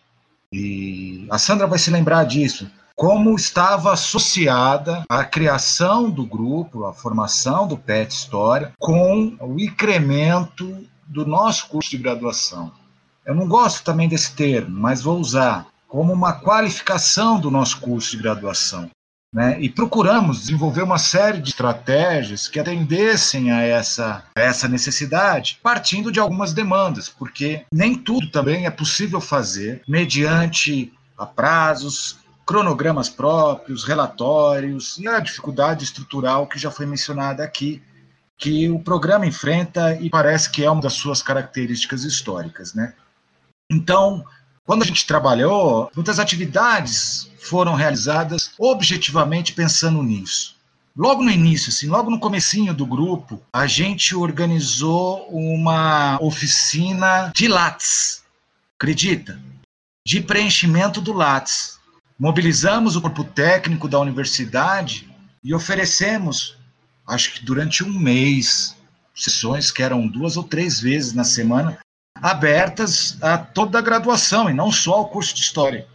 D: e a Sandra vai se lembrar disso. Como estava associada a criação do grupo, a formação do P E T História, com o incremento do nosso curso de graduação. Eu não gosto também desse termo, mas vou usar como uma qualificação do nosso curso de graduação, né? E procuramos desenvolver uma série de estratégias que atendessem a essa, a essa necessidade, partindo de algumas demandas, porque nem tudo também é possível fazer mediante a prazos, cronogramas próprios, relatórios e a dificuldade estrutural que já foi mencionada aqui, que o programa enfrenta e parece que é uma das suas características históricas, né? Então, quando a gente trabalhou, muitas atividades foram realizadas objetivamente pensando nisso. Logo no início, assim, logo no comecinho do grupo, a gente organizou uma oficina de Lattes, acredita? De preenchimento do Lattes. Mobilizamos o corpo técnico da universidade e oferecemos, acho que durante um mês, sessões que eram duas ou três vezes na semana, abertas a toda a graduação e não só ao curso de História.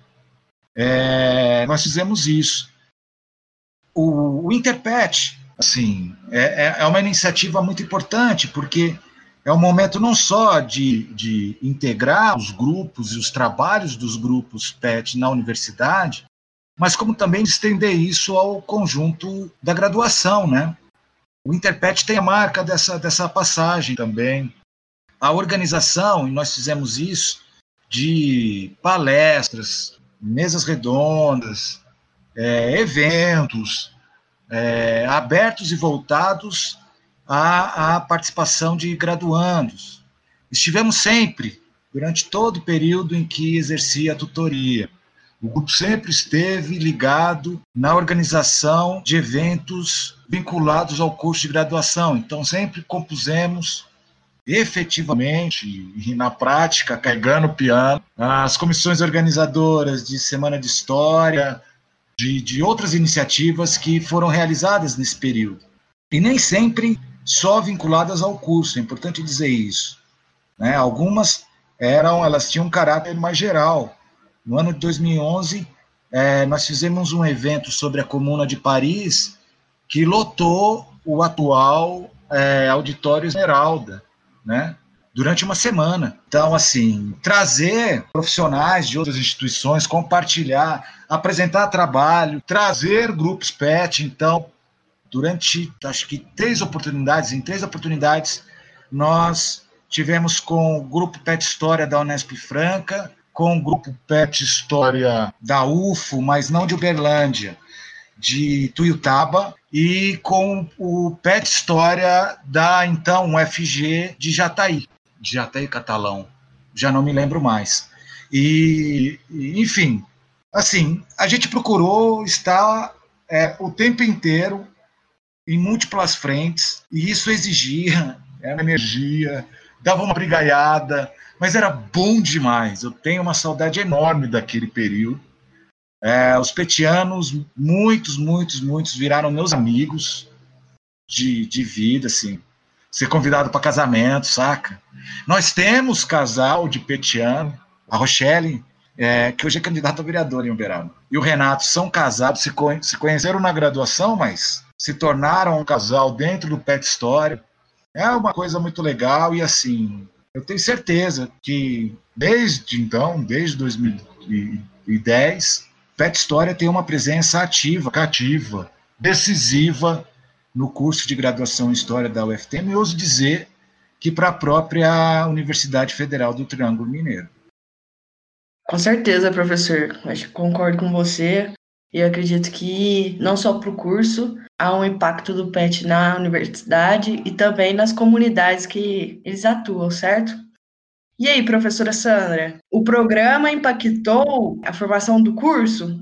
D: É, nós fizemos isso. O, o Interpet, assim, é, é uma iniciativa muito importante, porque é um momento não só de, de integrar os grupos e os trabalhos dos grupos P E T na universidade, mas como também de estender isso ao conjunto da graduação, né? O Interpet tem a marca dessa, dessa passagem também. A organização, e nós fizemos isso, de palestras, mesas redondas, é, eventos, é, abertos e voltados à, à participação de graduandos. Estivemos sempre, durante todo o período em que exercia a tutoria. O grupo sempre esteve ligado na organização de eventos vinculados ao curso de graduação. Então, sempre compusemos efetivamente e na prática, carregando o piano, as comissões organizadoras de Semana de História, de, de outras iniciativas que foram realizadas nesse período. E nem sempre só vinculadas ao curso, é importante dizer isso, né? Algumas eram, elas tinham um caráter mais geral. No ano de dois mil e onze, é, nós fizemos um evento sobre a Comuna de Paris que lotou o atual é, Auditório Esmeralda, né? Durante uma semana. Então, assim, trazer profissionais de outras instituições, compartilhar, apresentar trabalho, trazer grupos PET. Então, durante, acho que três oportunidades, em três oportunidades, nós tivemos com o grupo PET História da Unesp Franca, com o grupo PET História da U F O, mas não de Uberlândia, de Tuiutaba, e com o PET História da, então, U F G de Jataí, de Jataí Catalão, já não me lembro mais. E, enfim, assim, a gente procurou estar é, o tempo inteiro em múltiplas frentes, e isso exigia, era energia, dava uma brigaiada, mas era bom demais. Eu tenho uma saudade enorme daquele período. É, os petianos, muitos, muitos, muitos viraram meus amigos de, de vida, assim. Ser convidado para casamento, saca? Nós temos casal de petiano, a Rochelle, é, que hoje é candidata a vereadora em Uberaba, e o Renato são casados, se, co- se conheceram na graduação, mas se tornaram um casal dentro do PET História. É uma coisa muito legal e, assim, eu tenho certeza que desde então, desde dois mil e dez, PET História tem uma presença ativa, cativa, decisiva no curso de graduação em História da U F T M, e ouso dizer que para a própria Universidade Federal do Triângulo Mineiro.
C: Com certeza, professor. Acho que concordo com você. E acredito que não só para o curso, há um impacto do PET na universidade e também nas comunidades que eles atuam, certo? E aí, professora Sandra, o programa impactou a formação do curso?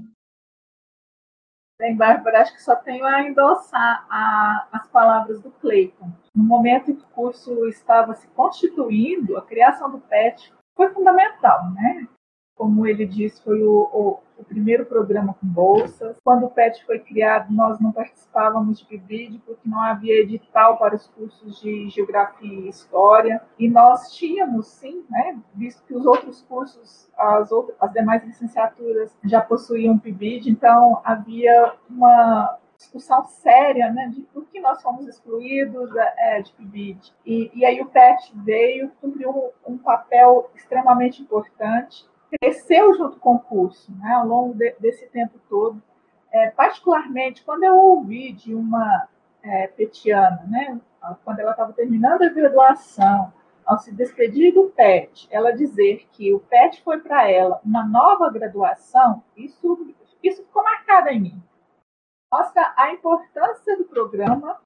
E: Bem, Bárbara, acho que só tenho a endossar a, as palavras do Cleiton. No momento em que o curso estava se constituindo, a criação do PET foi fundamental, né? Como ele disse, foi o, o, o primeiro programa com bolsas. Quando o PET foi criado, nós não participávamos de P I B I D, porque não havia edital para os cursos de Geografia e História. E nós tínhamos, sim, né, visto que os outros cursos, as, outras, as demais licenciaturas já possuíam P I B I D, então havia uma discussão séria, né, de por que nós fomos excluídos é, de P I B I D. E, e aí o PET veio, cumpriu um, um papel extremamente importante, cresceu junto com o curso, né, ao longo de, desse tempo todo. É, particularmente, quando eu ouvi de uma é, petiana, né, quando ela estava terminando a graduação, ao se despedir do PET, ela dizer que o PET foi para ela uma nova graduação, isso, isso ficou marcado em mim. Mostra a importância do programa,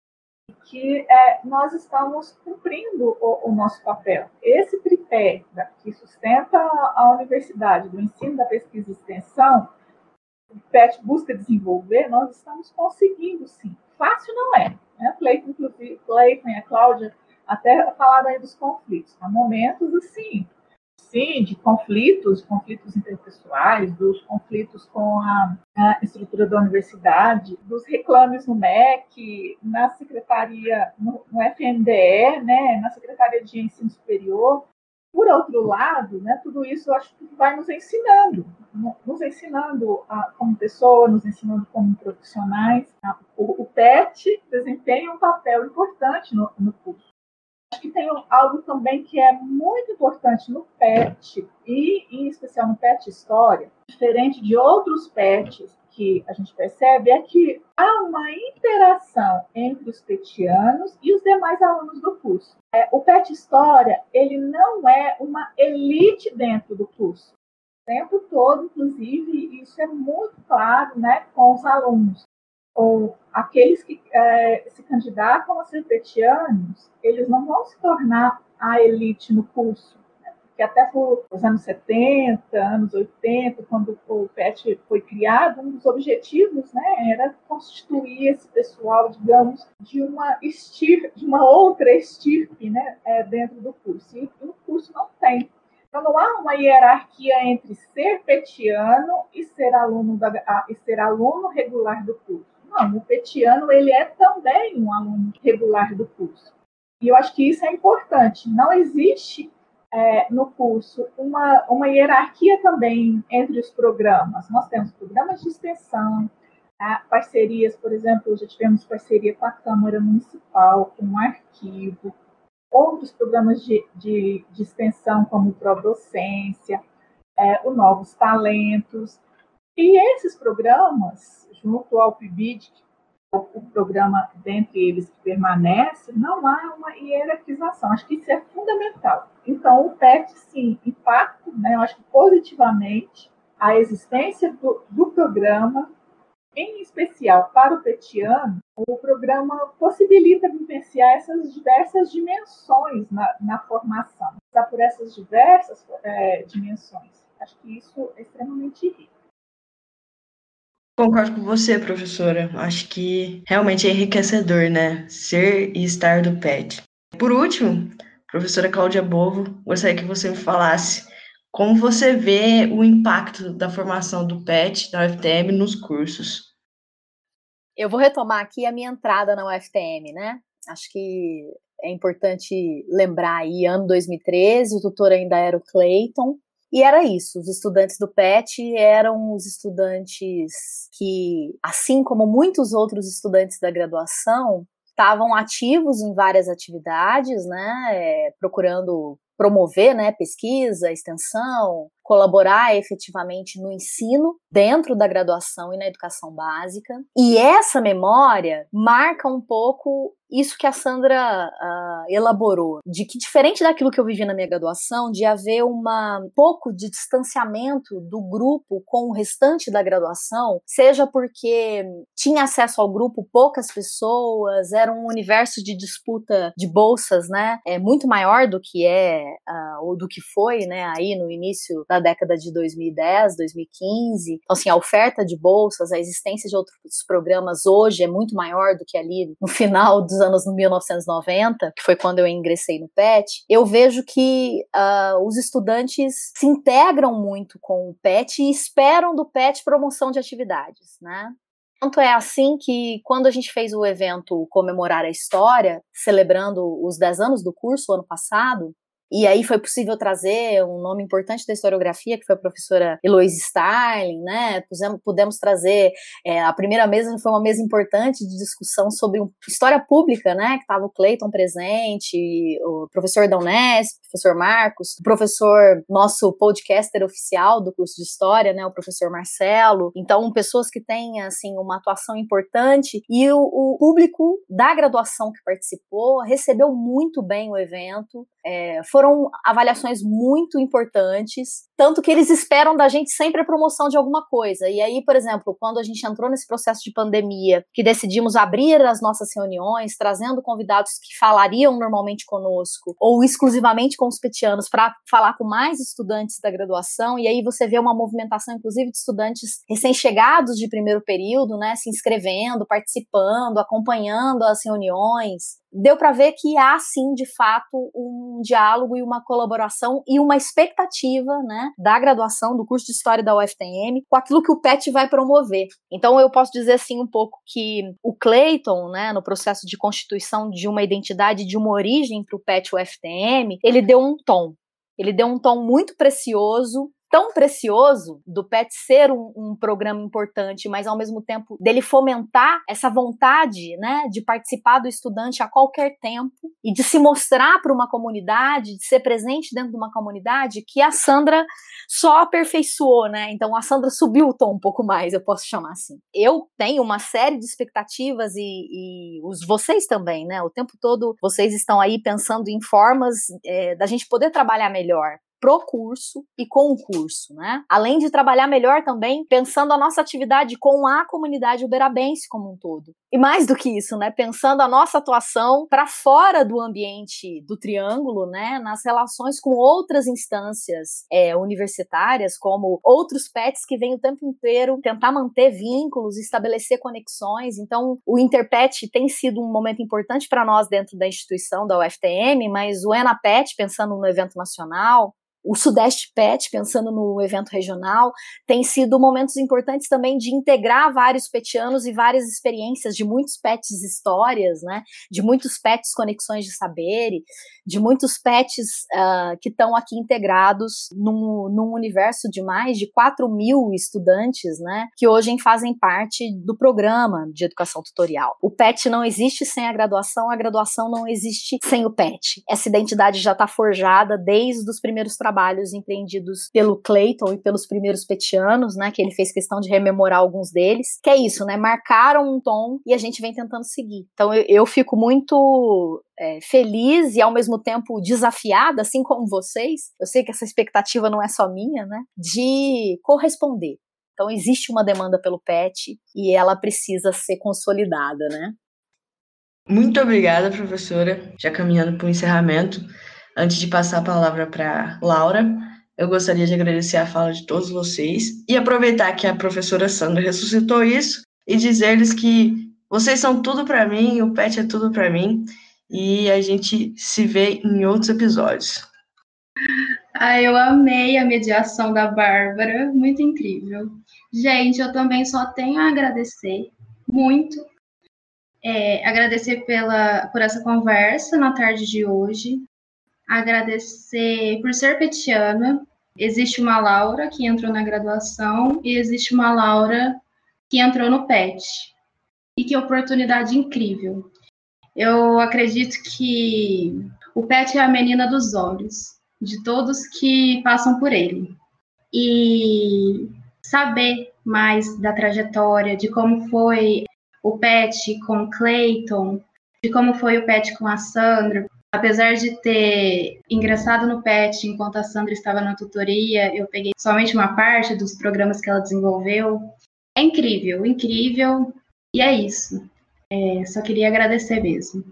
E: que é, nós estamos cumprindo o, o nosso papel. Esse tripé da, que sustenta a universidade, do ensino, da pesquisa e extensão, o PET busca desenvolver, nós estamos conseguindo, sim. Fácil não é. Né? Cleiton, inclusive, Cleiton e a Cláudia até falaram aí dos conflitos. Há momentos, assim, sim, de conflitos, conflitos interpessoais, dos conflitos com a, a estrutura da universidade, dos reclames no M E C, na secretaria, no, no F M D E, né, na Secretaria de Ensino Superior. Por outro lado, né, tudo isso eu acho que vai nos ensinando, nos ensinando a, como pessoa, nos ensinando como profissionais. O, o PET desempenha um papel importante no, no curso. Acho que tem algo também que é muito importante no PET, e em especial no PET História, diferente de outros PETs que a gente percebe, é que há uma interação entre os petianos e os demais alunos do curso. É, o PET História, ele não é uma elite dentro do curso. O tempo todo, inclusive, isso é muito claro, né, com os alunos. Ou aqueles que é, se candidatam a ser petianos, eles não vão se tornar a elite no curso, né? que até nos anos setenta, anos oitenta, quando o P E T foi criado, um dos objetivos, né, era constituir esse pessoal, digamos, de uma estirpe, de uma outra estirpe, né, é, dentro do curso. E o curso não tem. Então, não há uma hierarquia entre ser petiano e ser aluno, da, e ser aluno regular do curso. Não, o petiano ele é também um aluno regular do curso. E eu acho que isso é importante. Não existe é, no curso uma, uma hierarquia também entre os programas. Nós temos programas de extensão, tá? Parcerias, por exemplo, já tivemos parceria com a Câmara Municipal, com o Arquivo, outros programas de, de, de extensão, como o Prodocência, é, o Novos Talentos. E esses programas, junto ao P I B I D, o programa dentre eles que permanece, não há uma hierarquização. Acho que isso é fundamental. Então, o P E T, sim, impacta, né, eu acho que positivamente, a existência do, do programa, em especial para o petiano. O programa possibilita vivenciar essas diversas dimensões na, na formação. Está por essas diversas é, dimensões. Acho que isso é extremamente rico.
C: Concordo com você, professora. Acho que realmente é enriquecedor, né? Ser e estar do P E T. Por último, professora Cláudia Bovo, gostaria que você me falasse como você vê o impacto da formação do P E T da U F T M nos cursos.
F: Eu vou retomar aqui a minha entrada na U F T M, né? Acho que é importante lembrar aí, ano dois mil e treze, o tutor ainda era o Clayton. E era isso, os estudantes do P E T eram os estudantes que, assim como muitos outros estudantes da graduação, estavam ativos em várias atividades, né, é, procurando promover, né, pesquisa, extensão, colaborar efetivamente no ensino dentro da graduação e na educação básica. E essa memória marca um pouco isso que a Sandra uh, elaborou, de que, diferente daquilo que eu vivi na minha graduação, de haver uma, um pouco de distanciamento do grupo com o restante da graduação, seja porque tinha acesso ao grupo poucas pessoas, era um universo de disputa de bolsas, né, é muito maior do que é, uh, ou do que foi, né, aí no início da década de dois mil e dez, dois mil e quinze. Então, assim, a oferta de bolsas, a existência de outros programas hoje é muito maior do que ali no final dos anos mil novecentos e noventa, que foi quando eu ingressei no P E T. Eu vejo que uh, os estudantes se integram muito com o P E T e esperam do P E T promoção de atividades, né? Tanto é assim que, quando a gente fez o evento Comemorar a História, celebrando os dez anos do curso ano passado, e aí foi possível trazer um nome importante da historiografia, que foi a professora Heloísa Starling, né? Pudemos, pudemos trazer, é, a primeira mesa foi uma mesa importante de discussão sobre história pública, né? Que estava o Clayton presente, o professor da Unesp, o professor Marcos, o professor, nosso podcaster oficial do curso de História, né? O professor Marcelo. Então, pessoas que têm, assim, uma atuação importante, e o, o público da graduação que participou recebeu muito bem o evento. É, foram avaliações muito importantes, tanto que eles esperam da gente sempre a promoção de alguma coisa. E aí, por exemplo, quando a gente entrou nesse processo de pandemia, que decidimos abrir as nossas reuniões, trazendo convidados que falariam normalmente conosco, ou exclusivamente com os petianos, para falar com mais estudantes da graduação, e aí você vê uma movimentação, inclusive, de estudantes recém-chegados de primeiro período, né, se inscrevendo, participando, acompanhando as reuniões. Deu para ver que há, sim, de fato, um diálogo e uma colaboração e uma expectativa, né, da graduação, do curso de História da U F T M, com aquilo que o P E T vai promover. Então, eu posso dizer, assim, um pouco que o Clayton, né, no processo de constituição de uma identidade, de uma origem para o P E T U F T M, ele deu um tom. Ele deu um tom muito precioso, tão precioso do P E T ser um, um programa importante, mas ao mesmo tempo dele fomentar essa vontade, né, de participar do estudante a qualquer tempo e de se mostrar para uma comunidade, de ser presente dentro de uma comunidade, que a Sandra só aperfeiçoou, né? Então a Sandra subiu o tom um pouco mais, eu posso chamar assim. Eu tenho uma série de expectativas e, e os, vocês também, né? O tempo todo vocês estão aí pensando em formas é, da gente poder trabalhar melhor. pro curso e com o curso, né? Além de trabalhar melhor também pensando a nossa atividade com a comunidade uberabense como um todo. E mais do que isso, né? Pensando a nossa atuação para fora do ambiente do Triângulo, né? Nas relações com outras instâncias é, universitárias, como outros pets que vêm o tempo inteiro tentar manter vínculos, estabelecer conexões. Então, o Interpet tem sido um momento importante para nós dentro da instituição da U F T M, mas o ENAPET, pensando no evento nacional, o Sudeste Pet, pensando no evento regional, tem sido momentos importantes também de integrar vários petianos e várias experiências de muitos pets histórias, né? De muitos pets conexões de saber, de muitos pets uh, que estão aqui integrados num, num universo de mais de quatro mil estudantes, né? Que hoje fazem parte do programa de educação tutorial. O pet não existe sem a graduação, a graduação não existe sem o pet. Essa identidade já está forjada desde os primeiros trabalhos trabalhos empreendidos pelo Clayton e pelos primeiros petianos, né, que ele fez questão de rememorar alguns deles, que é isso, né, marcaram um tom e a gente vem tentando seguir. Então eu, eu fico muito é, feliz e ao mesmo tempo desafiada, assim como vocês, eu sei que essa expectativa não é só minha, né, de corresponder. Então existe uma demanda pelo pet e ela precisa ser consolidada, né.
C: Muito obrigada, professora, já caminhando para o encerramento. Antes de passar a palavra para Laura, eu gostaria de agradecer a fala de todos vocês e aproveitar que a professora Sandra ressuscitou isso e dizer-lhes que vocês são tudo para mim, o pet é tudo para mim, e a gente se vê em outros episódios.
B: Ah, eu amei a mediação da Bárbara, muito incrível. Gente, eu também só tenho a agradecer muito, é, agradecer pela, por essa conversa na tarde de hoje, agradecer por ser petiana. Existe uma Laura que entrou na graduação e existe uma Laura que entrou no pet. E que oportunidade incrível. Eu acredito que o pet é a menina dos olhos de todos que passam por ele. E saber mais da trajetória, de como foi o pet com o Clayton, de como foi o pet com a Sandra. Apesar de ter ingressado no pet enquanto a Sandra estava na tutoria, eu peguei somente uma parte dos programas que ela desenvolveu. É incrível, incrível. E é isso. É, só queria agradecer mesmo.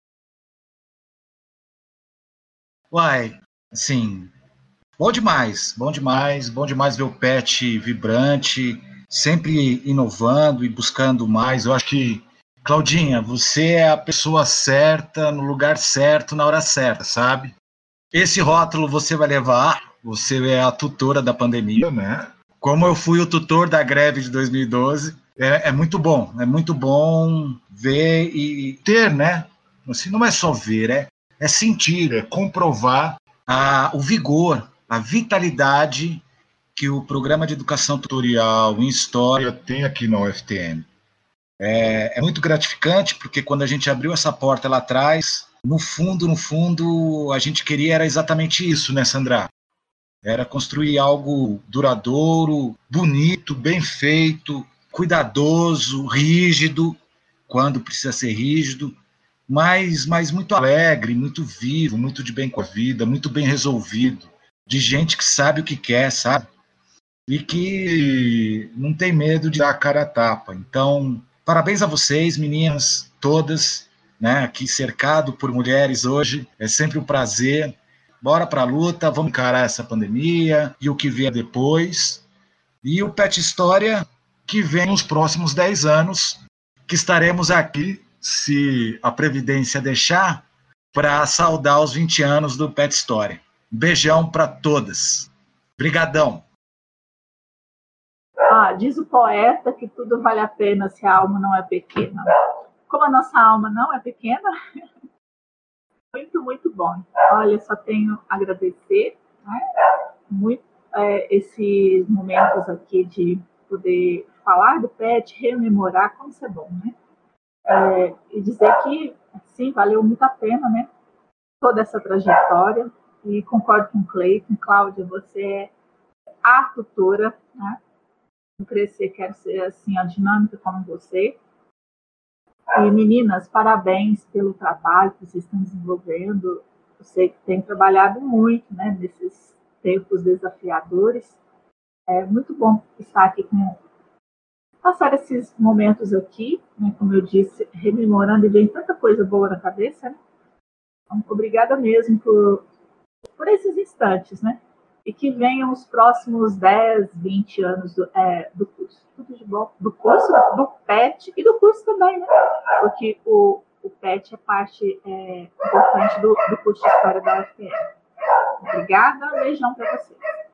D: Uai, assim, bom demais, bom demais, bom demais ver o pet vibrante, sempre inovando e buscando mais. Eu acho que, Claudinha, você é a pessoa certa, no lugar certo, na hora certa, sabe? Esse rótulo você vai levar, você é a tutora da pandemia, né? Como eu fui o tutor da greve de dois mil e doze, é, é muito bom, é muito bom ver e ter, né? Assim, não é só ver, é, é sentir, é comprovar a, o vigor, a vitalidade que o programa de educação tutorial em História tem aqui na U F T M. É, é muito gratificante, porque quando a gente abriu essa porta lá atrás, no fundo, no fundo, a gente queria era exatamente isso, né, Sandra? Era construir algo duradouro, bonito, bem feito, cuidadoso, rígido, quando precisa ser rígido, mas, mas muito alegre, muito vivo, muito de bem com a vida, muito bem resolvido, de gente que sabe o que quer, sabe? E que não tem medo de dar a cara a tapa. Então, parabéns a vocês, meninas, todas, né, aqui cercado por mulheres hoje, é sempre um prazer. Bora para a luta, vamos encarar essa pandemia e o que vier depois. E o Pet História, que vem nos próximos dez anos, que estaremos aqui, se a Previdência deixar, para saudar os vinte anos do Pet História. Beijão para todas. Brigadão.
E: Ah, diz o poeta que tudo vale a pena se a alma não é pequena. Como a nossa alma não é pequena, muito, muito bom. Olha, só tenho a agradecer, né, muito é, esses momentos aqui de poder falar do pet, rememorar como isso é bom, né? É, e dizer que, sim, valeu muito a pena, né? Toda essa trajetória. E concordo com o Clayton. Cláudia, você é a tutora, né? Crescer, quero ser assim, a dinâmica como você. E meninas, parabéns pelo trabalho que vocês estão desenvolvendo. Eu sei que tem trabalhado muito, né, nesses tempos desafiadores. É muito bom estar aqui com passar esses momentos aqui, né, como eu disse, rememorando e vem tanta coisa boa na cabeça, né? Então, obrigada mesmo por, por esses instantes, né? E que venham os próximos dez, vinte anos do, é, do curso. Tudo de bom. Do curso, do P E T e do curso também, né? Porque o, o P E T é parte é, importante do, do curso de História da U F T M. Obrigada, um beijão para vocês.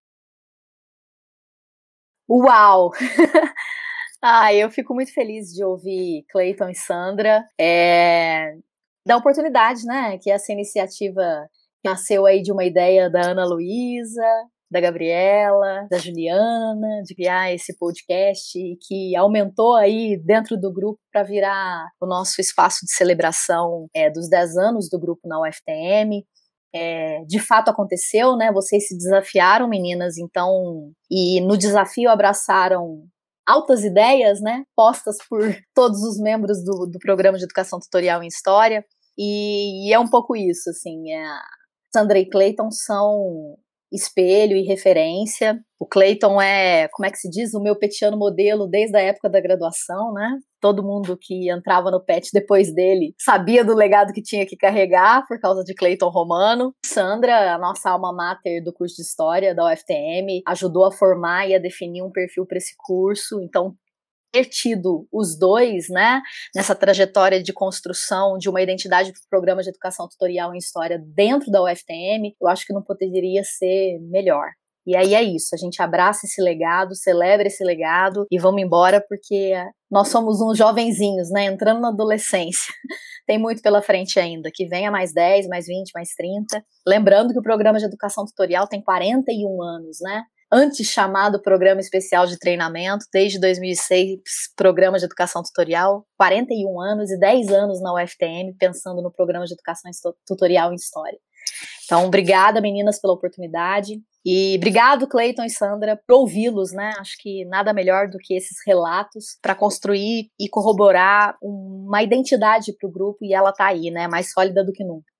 F: Uau! Ah, eu fico muito feliz de ouvir Cleiton e Sandra, é, da oportunidade, né, que essa iniciativa nasceu aí de uma ideia da Ana Luísa, da Gabriela, da Juliana, de criar esse podcast e que aumentou aí dentro do grupo para virar o nosso espaço de celebração é, dos dez anos do grupo na U F T M. É, de fato aconteceu, né, vocês se desafiaram, meninas, então, e no desafio abraçaram altas ideias, né, postas por todos os membros do, do Programa de Educação Tutorial em História, e, e é um pouco isso, assim, é, Sandra e Cleiton são espelho e referência. O Cleiton é, como é que se diz, o meu petiano modelo desde a época da graduação, né? Todo mundo que entrava no P E T depois dele sabia do legado que tinha que carregar por causa de Cleiton Romano. Sandra, a nossa alma mater do curso de História da U F T M, ajudou a formar e a definir um perfil para esse curso, então ter tido os dois, né, nessa trajetória de construção de uma identidade para o Programa de Educação Tutorial em História dentro da U F T M, eu acho que não poderia ser melhor. E aí é isso, a gente abraça esse legado, celebra esse legado e vamos embora porque nós somos uns jovenzinhos, né, entrando na adolescência. Tem muito pela frente ainda, que venha mais dez, mais vinte, mais trinta. Lembrando que o Programa de Educação Tutorial tem quarenta e um anos, né? Antes chamado Programa Especial de Treinamento, desde dois mil e seis, Programa de Educação Tutorial, quarenta e um anos e dez anos na U F T M, pensando no Programa de Educação Tutorial em História. Então, obrigada, meninas, pela oportunidade. E obrigado, Cleiton e Sandra, por ouvi-los, né? Acho que nada melhor do que esses relatos para construir e corroborar uma identidade para o grupo, e ela está aí, né? Mais sólida do que nunca.